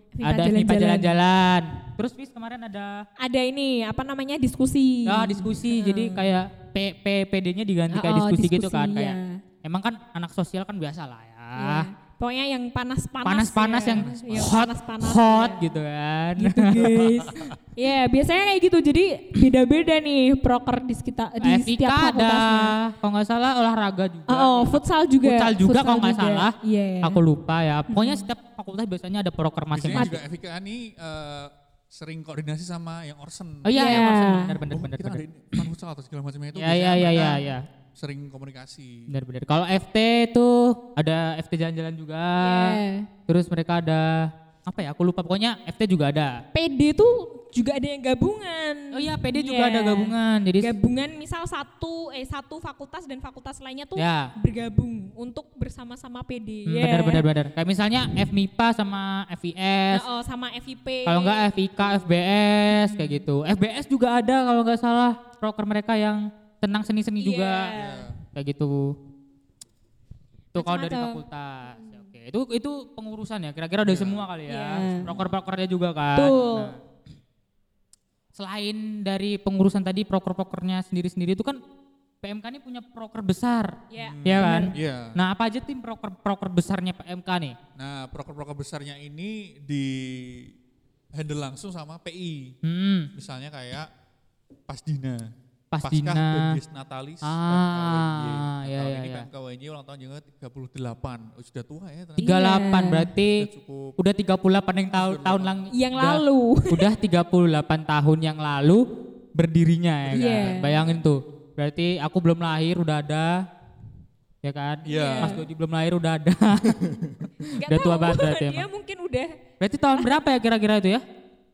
Ada FMIPA jalan-jalan. Terus Fis kemarin ada ini diskusi. Diskusi. Nah. Jadi kayak PD-nya diganti kayak diskusi gitu kan, iya. kayak emang kan anak sosial kan biasa lah ya. Iya. Pokoknya yang panas-panas Panas-panas ya. yang panas-panas hot ya. gitu kan. Gitu guys. Ya biasanya kayak gitu, jadi beda-beda nih proker di setiap FIK ada, fakultasnya. kalau nggak salah olahraga juga. Futsal juga. Futsal juga kalau nggak juga. salah. Iya. Aku lupa ya. Pokoknya setiap fakultas biasanya ada proker Biasanya masing-masing. juga FIK ini sering koordinasi sama yang Orsen. Oh iya, Iya. benar. Kita ada ini futsal atau segala macamnya itu. Iya. biasanya mereka sering komunikasi. Benar. Kalau FT itu ada FT jalan-jalan juga. Iya. Terus mereka ada apa ya? Aku lupa. Pokoknya FT juga ada. PD tuh juga ada yang gabungan. Oh iya, PD juga ada gabungan. Jadi gabungan misal satu fakultas dan fakultas lainnya tuh ya. bergabung untuk bersama-sama PD. Benar. Kayak misalnya FMIPA sama FIS. Sama FIP. Kalau enggak FIK, FBS kayak gitu. FBS juga ada kalau nggak salah proker mereka yang tentang seni-seni juga. Kayak gitu. Itu kalau dari fakultas. Oke. Itu pengurusan ya. Kira-kira udah semua kali ya. Proker-prokernya juga kan. Tuh. Nah, selain dari pengurusan tadi proker-prokernya sendiri-sendiri itu kan PMK ini punya proker besar. Iya. Ya kan? Iya. Nah, apa aja tim proker besarnya PMK nih? Nah, proker-proker besarnya ini di handle langsung sama PI. Misalnya kayak Pasdina. Pasdina. Paskah dan Disnatalis. Iya. Ini PMKWNY ulang tahun juga 38. Sudah tua ya ternyata. 38 berarti cukup. udah 38 tahun yang lalu. Udah 38 tahun yang lalu berdirinya ya kan. Bayangin tuh. Berarti aku belum lahir udah ada. Ya kan? Iya. Mas Dodi belum lahir udah ada. Udah tua banget berarti Dia emang. mungkin udah Berarti tahun berapa ya kira-kira itu ya?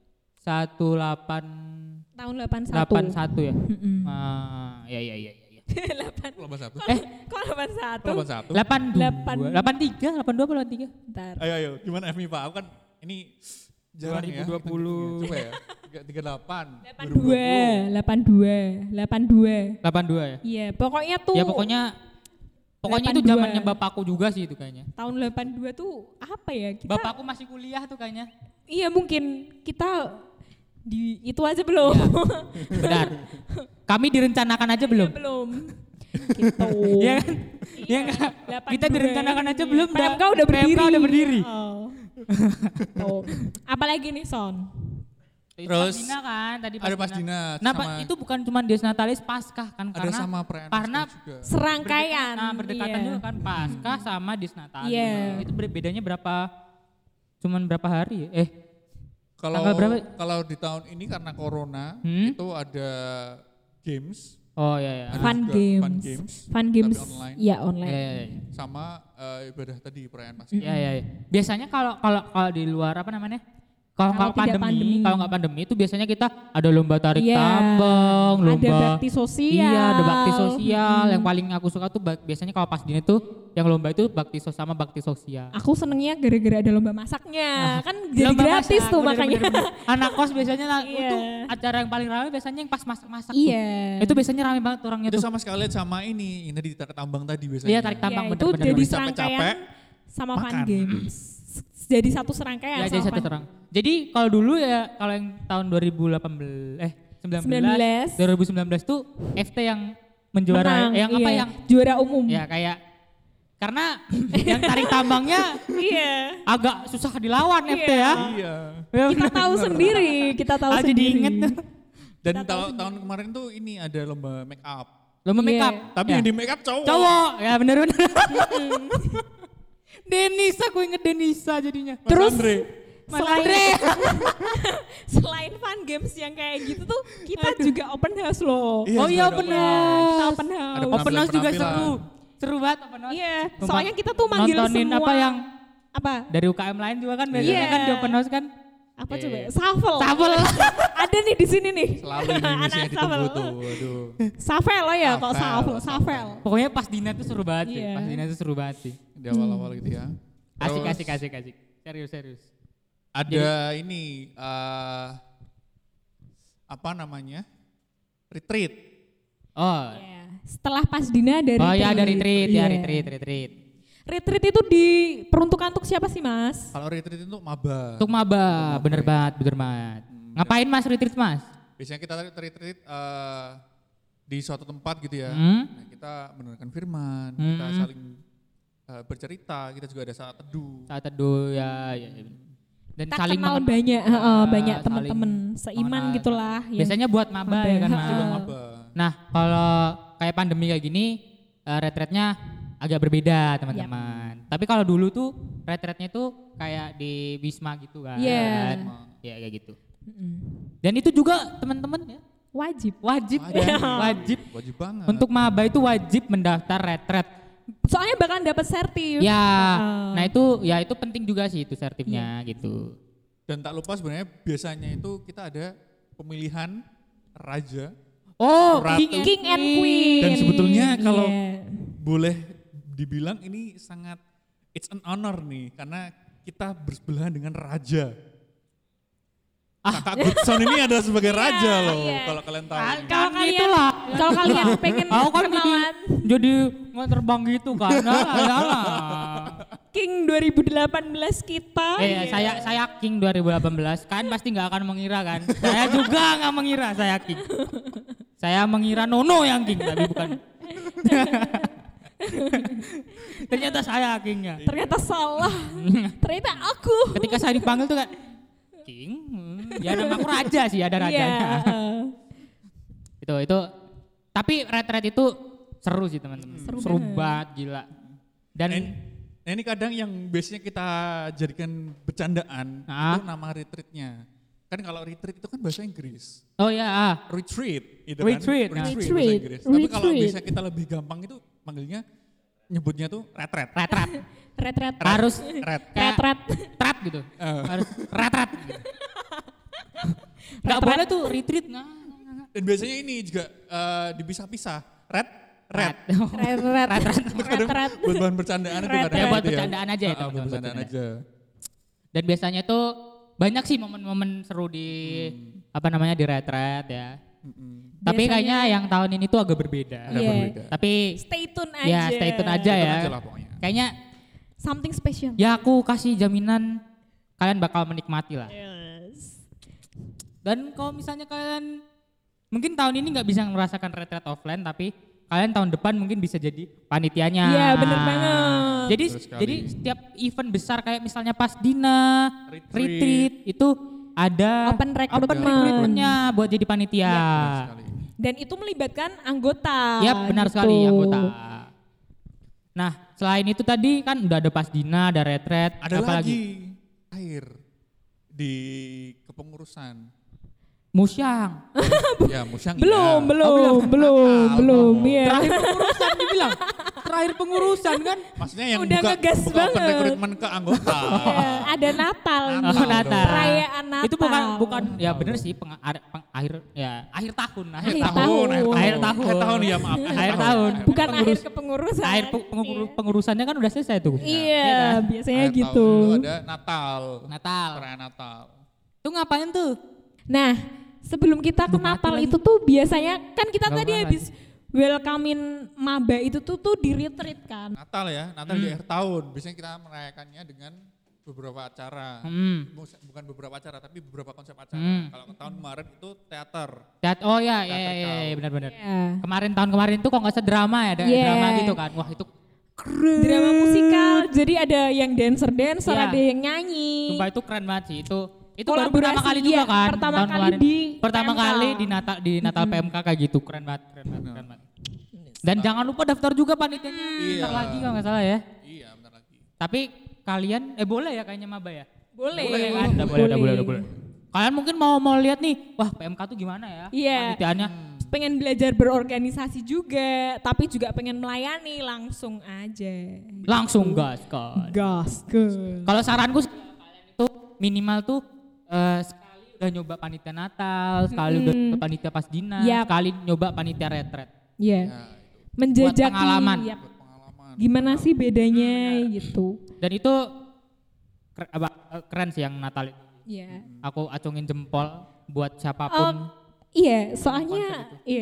18 tahun 81. 81 ya? Iya. 81. Kok 81? 82 apa 83? Bentar. Ayo, gimana FMIPA? Aku kan ini jarang 2020. ya. Coba ya. 82 ya? Iya, pokoknya tuh. Ya pokoknya itu 82. zamannya bapakku juga sih itu kayaknya. Tahun 82 tuh apa ya? Bapakku masih kuliah tuh kayaknya. Iya mungkin kita di itu aja belum. Benar. Kami direncanakan aja belum. Iya, belum. Gitu. Iya kan? Iya enggak? Kita direncanakan aja belum. PMK udah berdiri. PMK udah berdiri. Tuh. Apalagi nih Son? Terus Pasdina kan tadi ada Pasdina. Nah, sama, itu bukan cuma Desnatalis Paskah kan ada sama perayaan karena juga. Serangkaian. berdekatan juga kan Paskah sama Desnatalis. Iya. Itu bedanya berapa? Cuman berapa hari ya? Kalau di tahun ini karena corona itu ada games. Oh iya. Ada Fun juga games. Fun games. Tapi online. Iya online. Iya. Sama ibadah tadi perayaan Paskah. Iya. Biasanya kalau di luar apa namanya? Kalau Kalau nggak pandemi itu biasanya kita ada lomba tarik tambang, lomba ada bakti sosial. Iya, ada bakti sosial. Yang paling aku suka tuh biasanya kalau pas dini tuh yang lomba itu bakti sosial sama bakti sosial. Aku senengnya gara-gara ada lomba masaknya, kan jadi Lomba gratis masak, tuh bener. makanya. Anak kos biasanya Iya. itu acara yang paling ramai biasanya yang pas masak-masak Iya. tuh. Itu biasanya ramai banget orangnya Itu tuh. sama sekalian sama ini tarik tambang tadi biasanya. Iya, tarik tambang Ya, itu bener-bener. jadi Habis serangkaian capek-capek, sama Fun makan. Games. Jadi satu serangkaian. Ya, jadi sama satu Fun- orang. Jadi kalau dulu ya kalau yang tahun 2019 tuh FT yang menjuarai Menang, yang juara umum. ya kayak karena yang tarik tambangnya Iya. agak susah dilawan FT ya. Iya. Kita tahu sendiri, kita tahu Jadi sendiri. inget tuh. Dan tahun kemarin tuh ini ada lomba make up. Lomba Iya. make up. Tapi Ya. yang di make up cowok. Cowok, ya bener-bener. Denisa, aku inget Denisa jadinya. Mas Terus Andre. Selain Fun Games yang kayak gitu tuh, kita juga open house loh. Iya, Oh iya sudah ada open open house. Kita open house. Ada Open house juga penampilan. seru. Seru banget open house. Iya, Sumpah. soalnya kita tuh manggil Nontonin semua. apa yang Apa? dari UKM lain juga kan biasanya Iya. kan di open house kan. Apa Iya. coba? Shuffle. Shuffle. Ada nih di sini nih. Selalu ini Anak misinya ditunggu shuffle. tuh. Waduh. Shuffle lo ya, kok Shuffle, shuffle. Pokoknya pas Dina tuh seru banget sih. Iya. Pas Dina tuh seru banget sih. Di awal-awal gitu ya. Asik. Terus Serius. Ada ini apa namanya? Retreat. Oh. Iya. Setelah pas Dina dari Oh ya ada retreat. Retreat itu diperuntukkan untuk siapa sih, Mas? Kalau retreat itu untuk maba. Untuk maba, bener banget. Ngapain Mas retreat Mas? Biasanya kita retreat di suatu tempat gitu ya. Nah, kita mendengarkan firman, kita saling bercerita, kita juga ada saat teduh. Saat teduh ya. Dan Kita saling kenal banyak saling teman-teman seiman mengenal. gitulah. Biasanya buat maba ya kan Mas. Juga maba. Nah kalau kayak pandemi kayak gini retreatnya agak berbeda teman-teman. Tapi kalau dulu tuh retreatnya tuh kayak di Wisma gitu kan. Iya. Ya kayak gitu. Dan itu juga teman-teman ya Wajib. wajib Wajib banget. untuk maba itu wajib mendaftar retreat. Soalnya bakalan dapat sertif. Ya, nah itu penting juga sih itu sertifnya gitu. Dan tak lupa sebenarnya biasanya itu kita ada pemilihan raja. Oh, Ratu. King and Queen. Dan sebetulnya kalau Iya. boleh dibilang ini sangat it's an honor nih karena kita bersebelahan dengan raja. Kakak Goodson ini ada sebagai raja loh iya. kalau kalian tahu. Kalau kalian pengen Aku kan kenalan jadi nggak terbang gitu kan. Lah. King 2018 kita. Saya King 2018 kan pasti nggak akan mengira kan. Saya juga nggak mengira saya King. Saya mengira Nono yang King tapi bukan. Ternyata saya Kingnya. Ternyata salah. Ternyata aku. Ketika saya dipanggil tuh kayak King, ya nama aku raja sih, ada rajanya. Iya. Itu. Tapi retreat itu seru sih teman-teman. Seru banget gila. Dan ini kadang yang biasanya kita jadikan bercandaan itu nama retreatnya. Kan kalau retreat itu kan bahasa Inggris. oh ya, Retreat itu Retreat, kan. nah. Bahasa Inggris. Tapi kalau bisa kita lebih gampang itu panggilnya nyebutnya tuh retret. Retret. harus Ret. kayak Retret. trap gitu. Harus retret gitu. Gak boleh tuh retreat. Dan biasanya ini juga dipisah-pisah. Ret. Retret. Buat bahan bercandaan itu kadang Ya buat gitu bercandaan aja ya buat teman-teman. bercandaan aja. Dan biasanya tuh banyak sih momen-momen seru di di retret ya. Tapi Biasanya- kayaknya yang tahun ini tuh agak berbeda. Iya. Berbeda. Tapi Stay tune aja. ya stay tune aja ya. Aja lah pokoknya. Kayaknya Something special. ya aku kasih jaminan kalian bakal menikmati lah. Yes. Dan kalau misalnya kalian mungkin tahun ini nggak bisa merasakan retret offline tapi kalian tahun depan mungkin bisa jadi panitianya. Iya, bener banget. Jadi Betul sekali. jadi setiap event besar kayak misalnya pas Dina, retreat itu ada Open recruitment. recruitmentnya buat jadi panitia. Benar sekali. Dan itu melibatkan anggota. Yap, benar gitu. sekali anggota. Nah, selain itu tadi kan udah ada pas Dina, ada retret, Ada apa lagi air di kepengurusan. Musyang. Ya, musyang Belum, iya. belum. Iya. Terakhir pengurusan dibilang. Terakhir pengurusan kan. Maksudnya yang Udah ngegas buka open banget. recruitment ke anggota. Iya, ada Natal nih. Oh, Natal. Perayaan Natal. Itu bukan ya bener sih akhir tahun. Akhir tahun. Akhir tahun. Akhir tahun ya maaf. Akhir tahun. Bukan akhir kepengurusan. Akhir pengurusannya kan udah selesai tuh. Iya, biasanya Akhir gitu. tahun itu ada Natal. Natal. Perayaan Natal. Tuh ngapain tuh? Nah, sebelum kita ke Aduh, mati Natal lagi. itu tuh biasanya kan kita Gak tadi apa-apa habis welcome-in maba itu tuh di retreat kan. Natal ya, Natal di akhir tahun. Biasanya kita merayakannya dengan beberapa acara. Bukan beberapa acara, tapi beberapa konsep acara. Kalau tahun kemarin itu teater. Oh ya benar-benar. Tahun kemarin tuh kok nggak usah drama ya, ada Iya. drama gitu kan. Wah itu Drama musikal. Jadi ada yang dancer, Iya. ada yang nyanyi. sumpah itu keren banget sih. Itu baru pertama Kolaborasi, kali iya, juga kan. pertama tahun kali kemarin. di Pertama PMK. kali di Natal PMK kayak gitu. Keren banget. Dan jangan lupa daftar juga panitianya. Iya. Bentar lagi kalau nggak salah ya. Iya, bentar lagi. Tapi kalian boleh ya kayaknya maba ya? Boleh. Kan? Udah boleh. Kalian mungkin mau lihat nih, wah PMK tuh gimana ya? Iya. Panitianya. Pengen belajar berorganisasi juga, tapi juga pengen melayani langsung aja. Langsung gas kan. Gas ke. Kalau saranku sih, kalian itu minimal tuh sekali udah nyoba panitia Natal, sekali udah nyoba panitia pas Dina, Yap. sekali nyoba panitia retret. Iya. Ya, itu Menjajaki. Buat pengalaman. Yap. buat pengalaman. Gimana sih bedanya gitu. Dan itu keren sih yang Natal itu. Iya. Aku acungin jempol buat siapapun. Iya,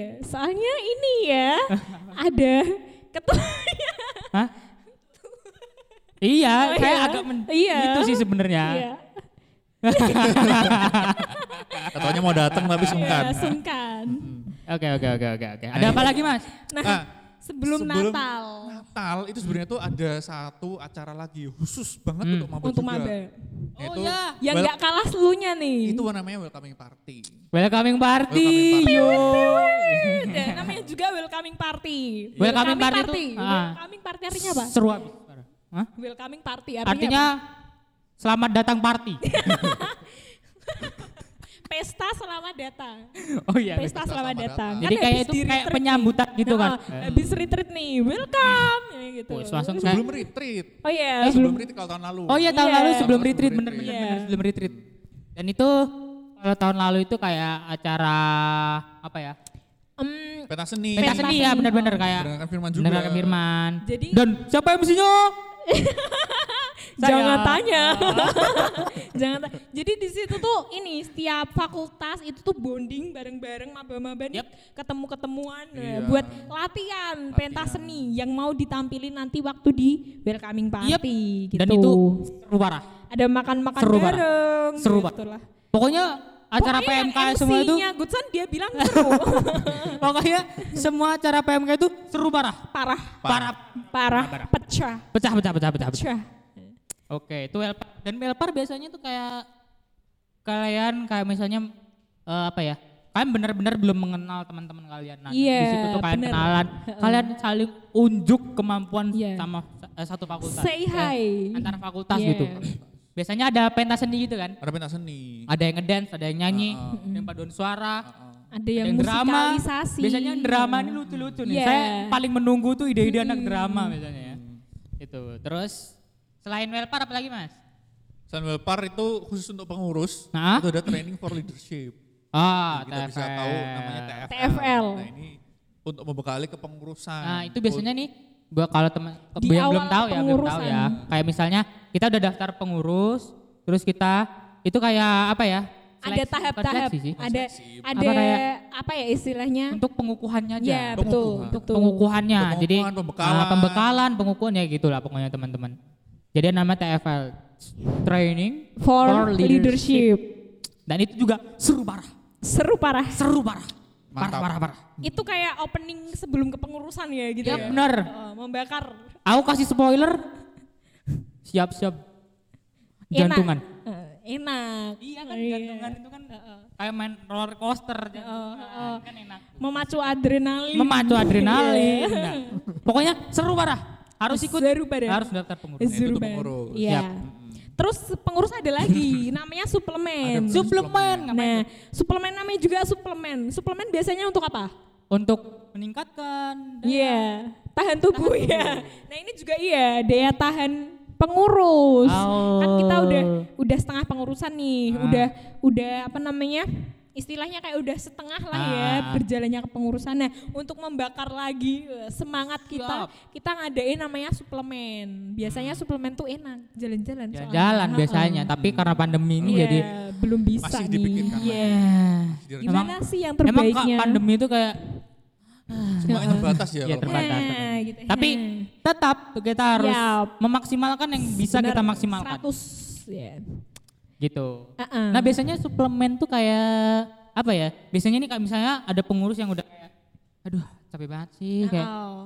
soalnya ini ya ada ketuanya. Hah? Iya, Oh, saya iya. agak Iya. itu sih sebenarnya. Iya. Katanya mau datang tapi sungkan. Iya, sungkan. Oke. Ada apa lagi, Mas? Nah, sebelum Natal. Natal itu sebenarnya tuh ada satu acara lagi khusus banget untuk maba Untuk juga. maba. Yaitu Yang nggak kalah selunya nih. itu namanya welcoming party. Welcoming party. Welcoming party. Yo. Namanya juga welcoming party. Welcoming party itu, Welcoming party artinya apa? Seru habis. Hah? Welcoming party Artinya selamat datang party. pesta selamat datang. Oh iya. Pesta selamat datang. Jadi Kan kayak habis itu di kayak retreat penyambutan nih. gitu kan. Habis retreat nih, welcome ya gitu. Wih, langsung Sebelum retreat. Oh iya, Sebelum retreat kalau tahun lalu. Oh iya tahun Iya. lalu sebelum Sebelum retreat retreat. bener Iya. sebelum retreat. Dan itu kalau tahun lalu itu kayak acara apa ya? Pentas seni. Pentas seni ya bener-bener kayak Mendengarkan firman juga. mendengarkan firman. Jadi- dan siapa MC-nya? Jangan Saya. tanya. Jadi di situ tuh ini setiap fakultas itu tuh bonding bareng-bareng maba-maba nih ketemu-ketemuan Iya. buat latihan pentas seni yang mau ditampilin nanti waktu di welcoming party Yep. gitu. Dan itu seru parah. ada makan-makan Seru parah. bareng. Seru gitu parah. lah. Pokoknya acara Pokoknya yang PMK semua itu MC-nya Goodson dia bilang seru. pokoknya semua acara PMK itu seru parah. Parah. Parah. Pecah. Pecah. Oke, itu Welpar. Dan Welpar biasanya tuh kayak kalian kayak misalnya apa ya? Kalian benar-benar belum mengenal teman-teman kalian. Nah, Iya, di situ tuh kalian bener. kenalan, kalian saling unjuk kemampuan Iya. sama satu fakultas. Say hi. Antara fakultas Iya. gitu. Biasanya ada pentas seni gitu kan? Ada pentas seni. Ada yang ngedance, ada yang nyanyi, ada yang paduan suara. Ada yang drama. musikalisasi. Biasanya yang drama ini lucu-lucu nih. Iya. Saya paling menunggu tuh ide-ide anak drama biasanya ya. Itu. Terus selain Welpar apa lagi, Mas? Selain Welpar itu khusus untuk pengurus. Nah. Itu ada training for leadership. Ah, Kita bisa tahu namanya TFL. TFL. Nah ini untuk membekali kepengurusan. Nah, itu biasanya nih gua kalau teman Di yang awal belum tahu pengurusan. ya. Kayak misalnya kita udah daftar pengurus, terus kita itu kayak apa ya? Ada Seleksi, bukan tahap-tahap. seleksi sih. Ada Apa kayak- apa ya istilahnya? Untuk pengukuhannya aja. Ya, betul, Pengukuhan. betul. Pengukuhannya. Untuk Jadi pembekalan. pembekalan, pengukuhan ya gitulah pokoknya teman-teman. Jadi nama TFL Training For leadership. Dan itu juga seru parah. Seru parah. Mantap. Parah. Itu kayak opening sebelum kepengurusan ya gitu Ya ya. benar. Membakar. Aku kasih spoiler. Siap-siap. Jantungan. Enak. Iya kan jantungan itu kan kayak main roller coaster jantungan kan enak. Memacu adrenalin. Memacu adrenalin. Nah, pokoknya seru parah. Harus ikut. Seru parah. Harus daftar pengurus. Seru untuk banget. pengurus. Iya. Siap. Terus pengurus ada lagi, namanya suplemen. Suplemen. Nah, suplemen namanya juga suplemen. Suplemen biasanya untuk apa? Untuk meningkatkan Iya, tahan tubuh ya. Nah ini juga iya, daya tahan pengurus. Oh. Kan kita udah setengah pengurusan nih, udah apa namanya? Istilahnya kayak udah setengah lah ya berjalannya kepengurusan. Nah, untuk membakar lagi semangat kita ngadain namanya suplemen. Biasanya suplemen tuh enak, jalan-jalan. soalnya. jalan biasanya, tapi karena pandemi ini Iya, jadi belum bisa Masih nih. dipikirkan Iya. Emang- Gimana sih yang Emang terbaiknya? pandemi itu kayak Semuanya terbatas ya. Iya, kalau terbatas. Nah, gitu. Tapi tetap kita harus Yap. memaksimalkan yang bisa Benar, kita maksimalkan. 100 ya. Gitu. Uh-uh. Nah biasanya suplemen tuh kayak apa ya? Biasanya nih kayak misalnya ada pengurus yang udah kayak, aduh capek banget sih, kayak Oh.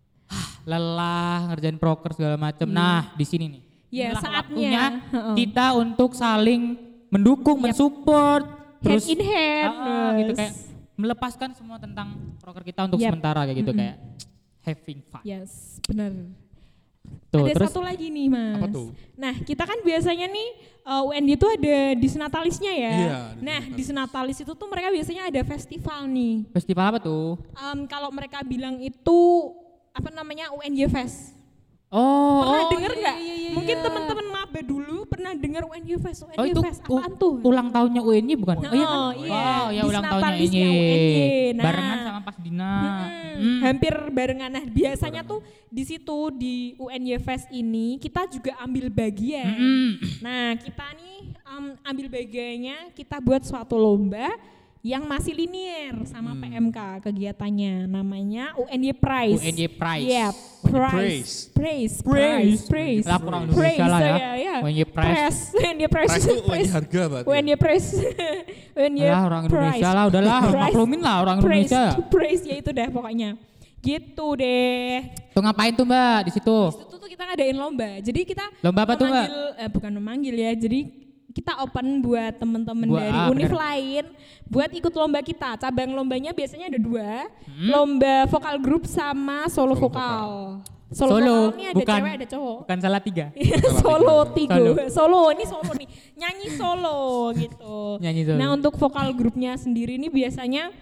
lelah ngerjain proker segala macem. Nah di sini nih. Ya, inilah saatnya. waktunya Heeh. kita untuk saling mendukung, mensupport, Hand in hand. gitu kayak melepaskan semua tentang proker kita untuk Yap. sementara kayak gitu kayak having fun. Yes, benar. Tuh, Ada terus satu lagi nih Mas. Apa tuh? Nah kita kan biasanya nih UND itu ada Disnatalisnya ya. Iya, Nah Disnatalis itu tuh mereka biasanya ada festival nih. festival apa tuh? Kalau mereka bilang itu apa namanya UNY Fest. Oh, Pernah denger nggak? iya. Mungkin teman-teman maba dulu pernah dengar UNY Fest. Oh UNY itu Fest apaan tuh? ulang tahunnya UNY bukan? Oh iya kan? Oh, iya. Oh ya ulang tahunnya Disnatalisnya UNY. UNY. Nah. Barengan sama Pas Dina. Hampir barengan. Nah, biasanya tuh di situ di UNY Fest ini kita juga ambil bagian. Nah, kita nih ambil bagiannya kita buat suatu lomba yang masih linier sama PMK kegiatannya, namanya UNY Prize. UNY Prize. Iya, Prize. Lah kurang Indonesia lah ya. UNY Prize. UNY Prize. Price itu UNY harga berarti. UNY Prize. UNY Lah orang Indonesia lah, udahlah maklumin lah orang Indonesia. Prize ya itu deh pokoknya. Gitu deh. Tuh ngapain tuh Mbak di situ? Di situ tuh kita ngadain lomba. Jadi kita Lomba apa tuh, Mbak? Bukan memanggil ya. Jadi kita open buat teman-teman dari univ lain buat ikut lomba kita. Cabang lombanya biasanya ada 2, lomba vokal grup sama solo vokal. Solo vokal ini ada bukan, cewek ada cowok. Bukan salah 3. Solo 3. Solo ini solo nih. Nyanyi solo gitu. Nyanyi solo. Nah, untuk vokal grupnya sendiri ini biasanya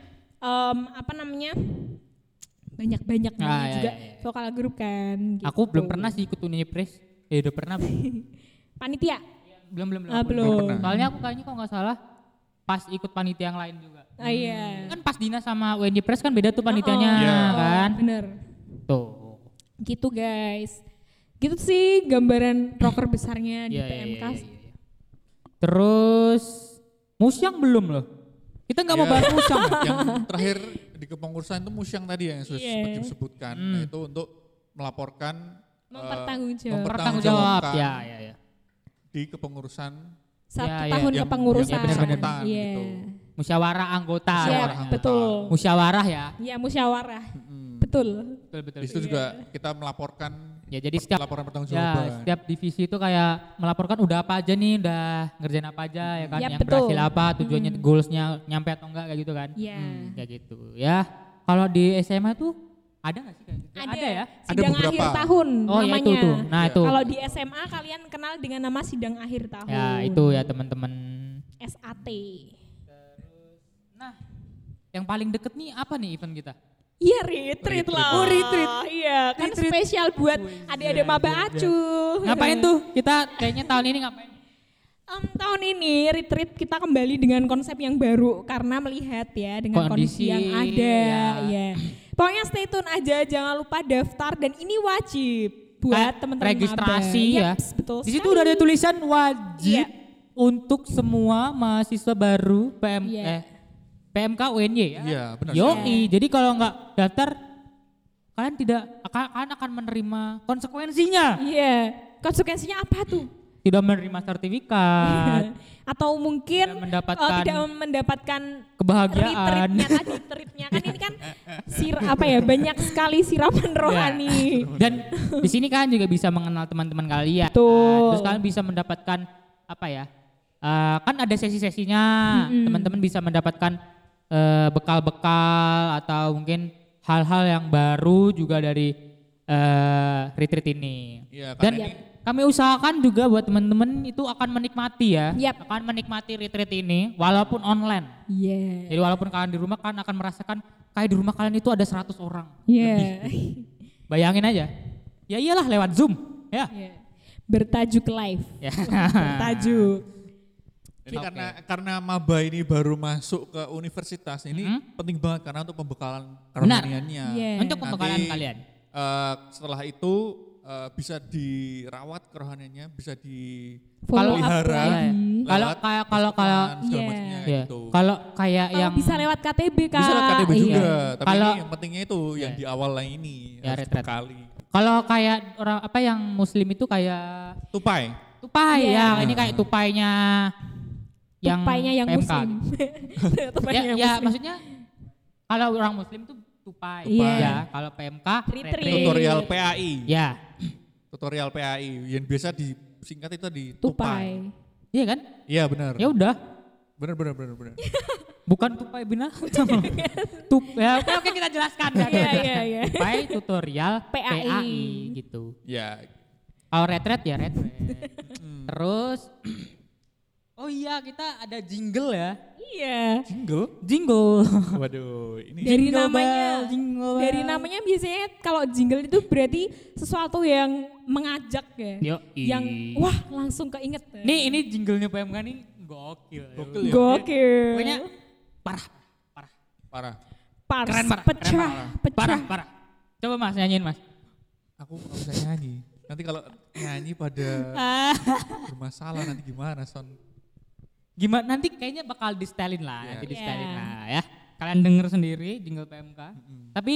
banyak juga vokal grup kan gitu. Aku belum pernah sih ikut UNY Prize. Udah pernah belum? Panitia? Belum. Belum. Soalnya aku kayaknya kalau nggak salah pas ikut panitia yang lain juga. Iya. Kan pas Dina sama UNY Prize kan beda tuh panitianya kan. Bener. Tuh. Gitu guys. Gitu sih gambaran rocker besarnya di PMK. Iya. Terus musyang belum loh. Kita nggak mau bahas musyang. Yang terakhir di kepengurusan itu musyang tadi yang sudah sempat disebutkan, yaitu untuk melaporkan mempertanggungjawabkan ya. Di kepengurusan 1 tahun kepengurusan. Benar-benar gitu. Musyawarah anggota. Betul. Musyawarah ya. Iya, musyawarah. Betul. Di situ juga kita melaporkan. Ya jadi setiap laporan pertanggungjawaban. Setiap divisi itu kayak melaporkan udah apa aja nih, udah ngerjain apa aja ya kan, yang berhasil apa, tujuannya goalsnya nyampe atau enggak kayak gitu kan. Kayak gitu ya. Kalau di SMA tuh ada nggak sih kayak gitu? Ada ya. Sidang akhir tahun namanya. Ya itu. Nah itu. Kalau di SMA kalian kenal dengan nama sidang akhir tahun. Ya itu ya teman-teman. SAT. Terus, nah yang paling deket nih apa nih event kita? Iya retreat lah. Oh retreat. Iya kan spesial buat adik-adik maba acu. Ngapain tuh? Kita kayaknya tahun ini ngapain? Tahun ini retreat kita kembali dengan konsep yang baru karena melihat ya dengan kondisi yang ada. Ya. Pokoknya stay tune aja, jangan lupa daftar dan ini wajib buat teman-teman registrasi ya. Betul. Di situ udah ada tulisan wajib untuk semua mahasiswa baru PMK UNY ya. Iya, benar. Jadi kalau nggak daftar kalian akan menerima konsekuensinya. Iya. Konsekuensinya apa tuh? Tidak menerima sertifikat atau mungkin tidak mendapatkan kebahagiaan. Retreatnya kan ini kan banyak sekali siraman rohani. Dan di sini kan juga bisa mengenal teman-teman kalian. Terus kalian bisa mendapatkan kan ada sesi-sesinya. Teman-teman bisa mendapatkan bekal-bekal atau mungkin hal-hal yang baru juga dari retreat ini. Dan kami usahakan juga buat teman-teman itu akan menikmati akan menikmati retreat ini walaupun online. Jadi walaupun kalian di rumah kan akan merasakan kayak di rumah kalian itu ada 100 orang lebih. Bayangin aja. Ya iyalah lewat Zoom ya. Bertajuk live. Bertajuk. Ini karena maba ini baru masuk ke universitas ini penting banget karena untuk pembekalan kerohaniannya. Untuk pembekalan kalian. Setelah itu bisa dirawat kerohaniannya, bisa Kalau dipelihara. Kalau kayak yang bisa lewat KTB Kak. Bisa lewat KTB juga, tapi ini yang pentingnya itu yang di awal lah ini harus berkali. Kalau kayak orang yang muslim itu kayak tupai ya, ini kayak tupainya yang PMK. muslim. Maksudnya kalau orang muslim itu tupai. Ya, kalau PMK tutorial PAI. Ya. Tutorial PAI yang biasa disingkat itu di tupai. Iya kan? Iya benar. Ya udah. Benar. Bukan tupai binatang. Oke kita jelaskan ya. Iya. Tupai tutorial PAI gitu. Ya. Kalau retret ya retret. Terus oh iya kita ada jingle ya. Iya. Jingle. Waduh, ini dari namanya biasanya kalau jingle itu berarti sesuatu yang mengajak ya. Yang wah langsung keinget. Ini jinglenya PMK nih gokil. Gokil. Pokoknya parah. Keren parah. Coba Mas nyanyiin Mas. Aku nggak bisa nyanyi. Nanti kalau nyanyi pada bermasalah nanti gimana Son? Gimana nanti kayaknya bakal di-stylin lah, Iya. nanti di-stylin Iya. lah ya. Kalian denger sendiri jingle PMK. Tapi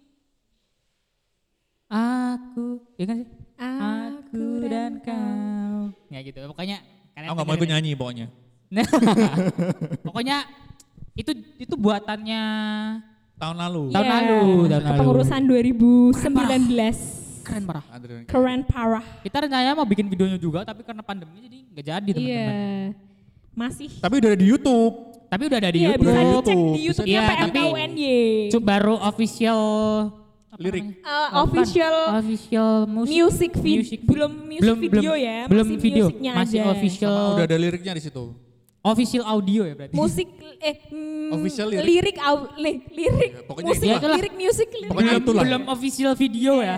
aku, ya kan sih? Aku dan kau. Ya gitu. Pokoknya kalian Aku nggak mau ikut dengerin. nyanyi pokoknya. Pokoknya itu buatannya Tahun lalu. Tahun lalu. Kepengurusan 2019. keren parah. Adrian. Keren parah. Kita rencananya mau bikin videonya juga tapi karena pandemi jadi nggak jadi Iya. teman-teman. Masih. Tapi udah ada di YouTube. Tapi udah ada di Iya, YouTube. bisa YouTube. dicek di Bisa YouTube-nya dicek. PMK UNY. Baru official apa Lirik. namanya? Official official music music belum music video ya, belum masih video, musiknya masih aja. official Sama udah ada liriknya di situ. official audio ya berarti. Musik Official lirik. lirik lirik Ya, pokoknya musik itulah. lirik music lirik. Pokoknya belum, itulah. belum official video ya.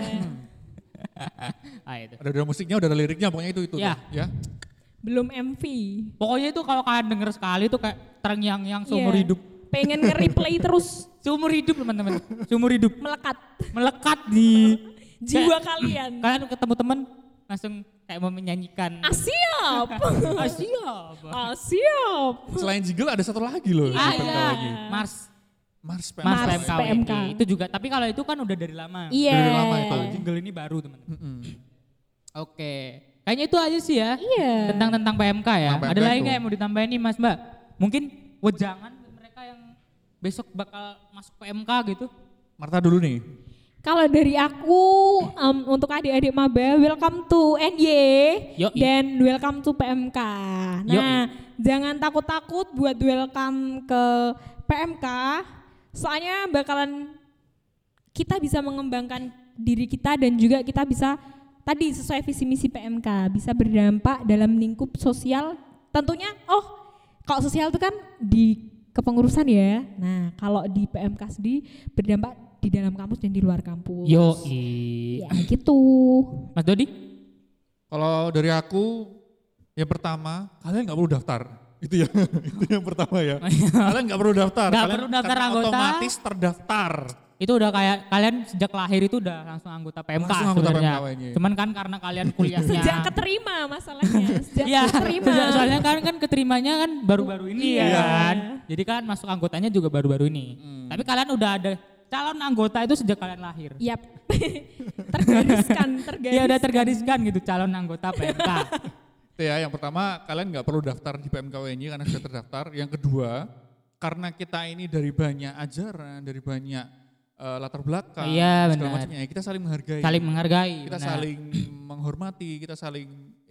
Itu. Ada musiknya, udah ada liriknya, pokoknya itu. Ya. Ya. Belum MV. Pokoknya itu kalau kalian denger sekali tuh kayak terngiang-ngiang seumur Iya. hidup. Pengen nge-replay terus Seumur hidup teman-teman. Seumur hidup. melekat Melekat di jiwa kayak- kalian. Kalian ketemu temen langsung kayak mau menyanyikan. Siap. Siap. Siap. Selain jingle ada satu lagi loh. Ah Satu iya. lagi. Mars. Mars PMK. Mas Mars PMK. PMK. Itu juga. Tapi kalau itu kan udah dari lama. Iya. Dari lama itu. Kalau jingle ini baru teman-teman. Mm-mm. Oke. Kayaknya itu aja sih ya. Iya. Tentang PMK ya. Tentang Ada PMK lagi itu. nggak yang mau ditambahin nih Mas Mbak? Mungkin wejangan buat mereka yang besok bakal masuk PMK gitu. Marta dulu nih. Kalau dari aku untuk adik-adik maba, welcome to NY Yoi. dan welcome to PMK. Nah, jangan takut-takut buat welcome ke PMK, soalnya bakalan kita bisa mengembangkan diri kita dan juga kita bisa tadi sesuai visi misi PMK bisa berdampak dalam lingkup sosial. Tentunya, kalau sosial itu kan di kepengurusan ya. Nah, kalau di PMK sendiri berdampak di dalam kampus dan di luar kampus. Ya gitu. Mas Dodi? Kalau dari aku, yang pertama, kalian nggak perlu daftar. Itu ya, itu yang pertama ya. Kalian nggak perlu daftar. Nggak Kalian perlu daftar karena anggota. otomatis terdaftar. Itu udah kayak kalian sejak lahir itu udah langsung anggota PMK Langsung anggota sebenarnya. PMK -nya. Cuman kan karena kalian kuliahnya. Sejak keterima masalahnya. Sejak Iya, keterima. soalnya kan keterimanya kan baru-baru ini ya Iya. kan. Jadi kan masuk anggotanya juga baru-baru ini. Tapi kalian udah ada calon anggota itu sejak kalian lahir. Yap. tergariskan. Iya udah tergariskan gitu calon anggota PMK. Itu ya, yang pertama kalian nggak perlu daftar di PMK UNY karena sudah terdaftar. Yang kedua, karena kita ini dari banyak ajaran, dari banyak latar belakang, Iya, segala benar. macamnya, kita saling menghargai. Saling menghargai. kita benar. saling menghormati, kita saling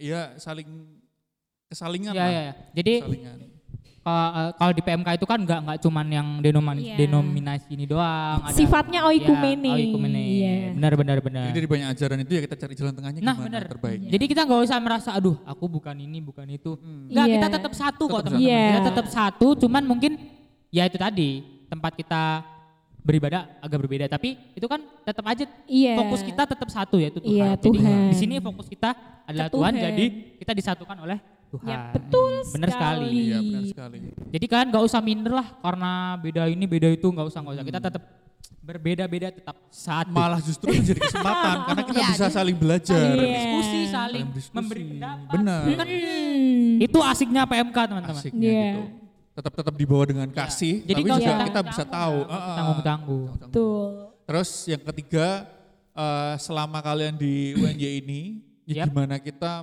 kesalingan Iya, lah. iya. Jadi Kesalingan. kalau di PMK itu kan nggak cuman yang Iya. denominasi ini doang. Ada, Sifatnya oikumene. Ya, oikumene. Iya. Benar. Jadi dari banyak ajaran itu ya kita cari jalan tengahnya Nah gimana benar. terbaiknya. Jadi kita nggak usah merasa aduh aku bukan ini bukan itu. Enggak, Iya. kita tetap satu kok Tetap teman-teman. satu. Kita Iya. tetap satu, cuman mungkin ya itu tadi tempat kita beribadah agak berbeda, tapi itu kan tetap aja Iya. fokus kita tetap satu yaitu Tuhan. Iya, Jadi Tuhan. di sini fokus kita adalah Ke Tuhan. Tuhan. Jadi kita disatukan oleh Tuhan. Ya, betul Benar sekali. Iya benar sekali. Jadi kalian nggak usah minder lah karena beda ini beda itu nggak usah. Kita tetap berbeda-beda tetap satu. Malah justru menjadi kesempatan karena kita Iya, bisa saling belajar. Iya. Berdiskusi saling Saling berdiskusi. memberi pendapat. Benar. Kan Hmm. itu asiknya PMK teman-teman. Asiknya Iya. gitu. Tetap dibawa dengan kasih, Jadi tapi nggak juga usah kita bisa tahu. tanggung-tanggung. Betul. Terus yang ketiga, selama kalian di UNY ini, ya Yap. gimana kita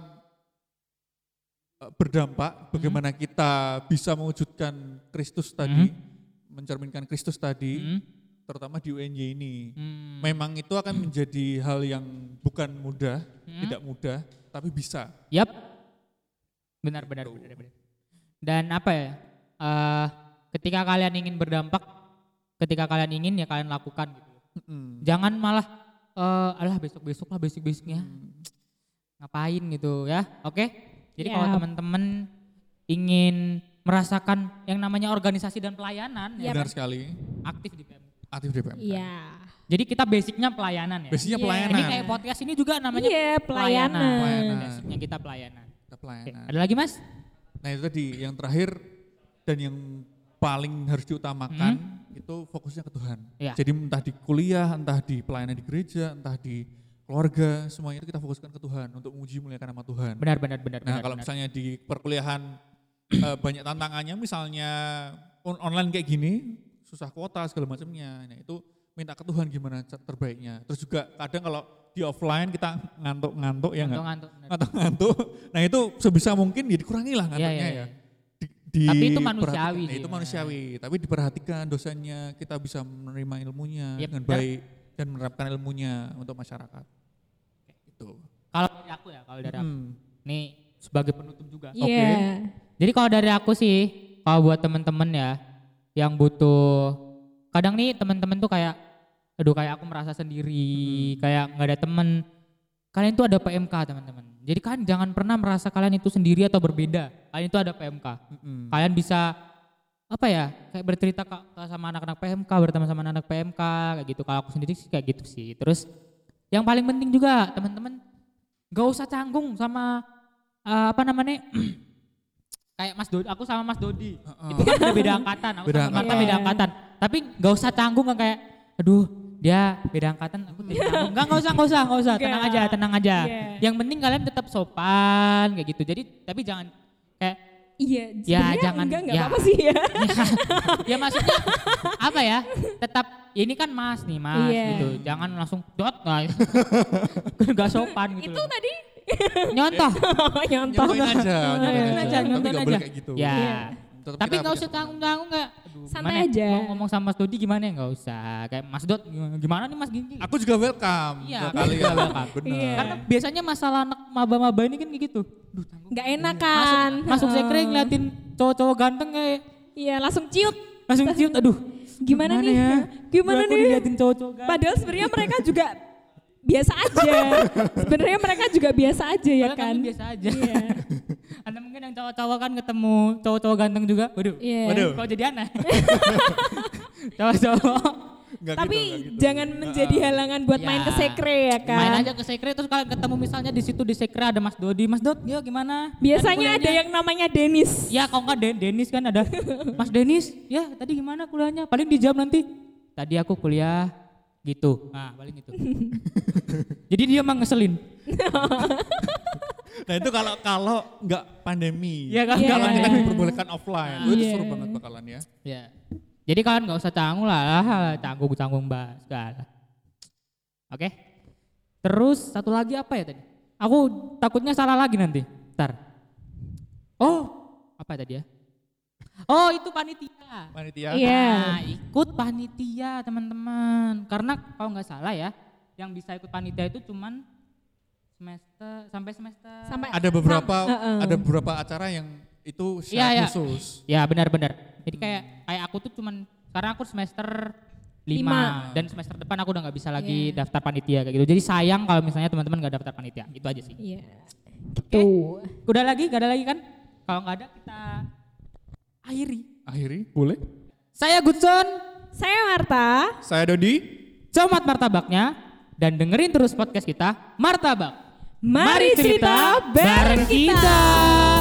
berdampak, bagaimana kita bisa mewujudkan Kristus tadi, mencerminkan Kristus tadi, terutama di UNY ini. Memang itu akan menjadi hal yang bukan mudah, tidak mudah, tapi bisa. Yap. Benar. Dan apa ya? Ketika kalian ingin berdampak, ketika kalian ingin ya kalian lakukan gitu. Jangan malah alah besoknya. Ngapain gitu ya. Oke? Jadi Yap. kalau teman-teman ingin merasakan yang namanya organisasi dan pelayanan ya, Benar sekali, aktif di PMK. aktif di PMK. Iya. Jadi kita basicnya pelayanan ya. Basicnya Iya. pelayanan. Ini kayak podcast ini juga namanya Iya, pelayanan. Pelayanan. Basicnya kita pelayanan. Kita Oke, pelayanan. ada lagi Mas? Nah itu tadi yang terakhir dan yang paling harus diutamakan itu fokusnya ke Tuhan. Iya. Jadi entah di kuliah, entah di pelayanan di gereja, entah di keluarga, semuanya itu kita fokuskan ke Tuhan untuk memuji muliakan nama Tuhan. Benar. Nah kalau misalnya di perkuliahan banyak tantangannya, misalnya online kayak gini, susah kuota segala macamnya. Nah itu minta ke Tuhan gimana terbaiknya. Terus juga kadang kalau di offline kita ngantuk ya ngantuk. Nah itu sebisa mungkin ya dikurangi lah ngantuknya ya. Tapi itu manusiawi. Nah, itu manusiawi. Tapi diperhatikan dosennya, kita bisa menerima ilmunya dengan baik dan menerapkan ilmunya untuk masyarakat. Gitu. Kalau dari aku ya, nih sebagai penutup juga. Iya. Oke. Jadi kalau dari aku sih, kalau buat teman-teman ya yang butuh, kadang nih teman-teman tuh kayak, aduh kayak aku merasa sendiri, kayak nggak ada teman. Kalian tuh ada PMK teman-teman. Jadi kan jangan pernah merasa kalian itu sendiri atau berbeda. Kalian itu ada PMK. Kalian bisa apa ya, kayak bercerita sama anak-anak PMK, berteman sama anak PMK kayak gitu. Kalau aku sendiri sih kayak gitu sih. Terus yang paling penting juga teman-teman, gak usah canggung sama kayak Mas Dodi, aku sama Mas Dodi. Itu kan udah beda angkatan, aku sama Marta beda angkatan. Tapi gak usah canggung kan kayak, aduh dia beda angkatan, aku tidak canggung. Gak usah, tenang aja. Yang penting kalian tetap sopan kayak gitu. Jadi tapi jangan kayak jangan enggak apa-apa sih ya. Ya maksudnya apa ya? Tetap ini kan Mas gitu. Jangan langsung dot enggak sopan gitu. Itu tadi nyontoh aja. Nyontoh aja. Kayak gitu. Ya. Tapi nggak usah tanggung-tanggung nggak. Santai aja. Mau ngomong sama Mas Dodi gimana ya nggak usah. Kayak Mas Dot gimana nih Mas Gini. Aku juga welcome. Iya. Kalian. Benar. Karena biasanya masalah anak maba-maba ini kan kayak gitu. Nggak enak kan. Masuk sekre ngeliatin cowok-cowok ganteng kayak. Iya langsung ciut. Aduh. Gimana nih? Gimana nih? Diliatin cowok-cowok ganteng. Padahal sebenarnya mereka juga biasa aja. Sebenarnya mereka juga biasa aja ya kan. Biasa aja. Iya. Anda mungkin yang cowok-cowok kan ketemu cowok-cowok ganteng juga. Waduh. Kok jadi aneh? Cowok-cowok. Tapi jangan menjadi halangan buat main ke sekre ya kan. Main aja ke sekre terus kalian ketemu misalnya di situ di sekre ada Mas Dodi. Mas Dot, ya gimana? Biasanya ada yang namanya Denis. Ya kalau enggak Denis kan ada. Mas Denis, ya tadi gimana kuliahnya? Paling dijawab nanti. Tadi aku kuliah gitu. Nah, paling itu. Jadi dia mah ngeselin. Nah itu kalau nggak pandemi. Ya kan kalau kita diperbolehkan offline. Itu seru banget bakalan ya. Ya. Jadi kalian nggak usah canggung lah, canggung mbak segala. Oke. Terus satu lagi apa ya tadi? Aku takutnya salah lagi nanti. Ntar. Oh, apa tadi ya? Oh itu panitia. Iya. Nah, ikut panitia teman-teman. Karena kalau nggak salah ya, yang bisa ikut panitia itu cuman semester. Ada beberapa acara yang itu secara khusus. Ya benar-benar. Jadi kayak aku tuh cuman karena aku semester 5 dan semester depan aku udah nggak bisa lagi daftar panitia kayak gitu. Jadi sayang kalau misalnya teman-teman nggak daftar panitia. Itu aja sih. Iya. Gitu. Udah lagi? Gak ada lagi kan? Kalau nggak ada kita akhiri. Boleh. Saya Gudson. Saya Marta. Saya Dodi. Comat martabaknya dan dengerin terus podcast kita Martabak. Mari cerita bareng kita.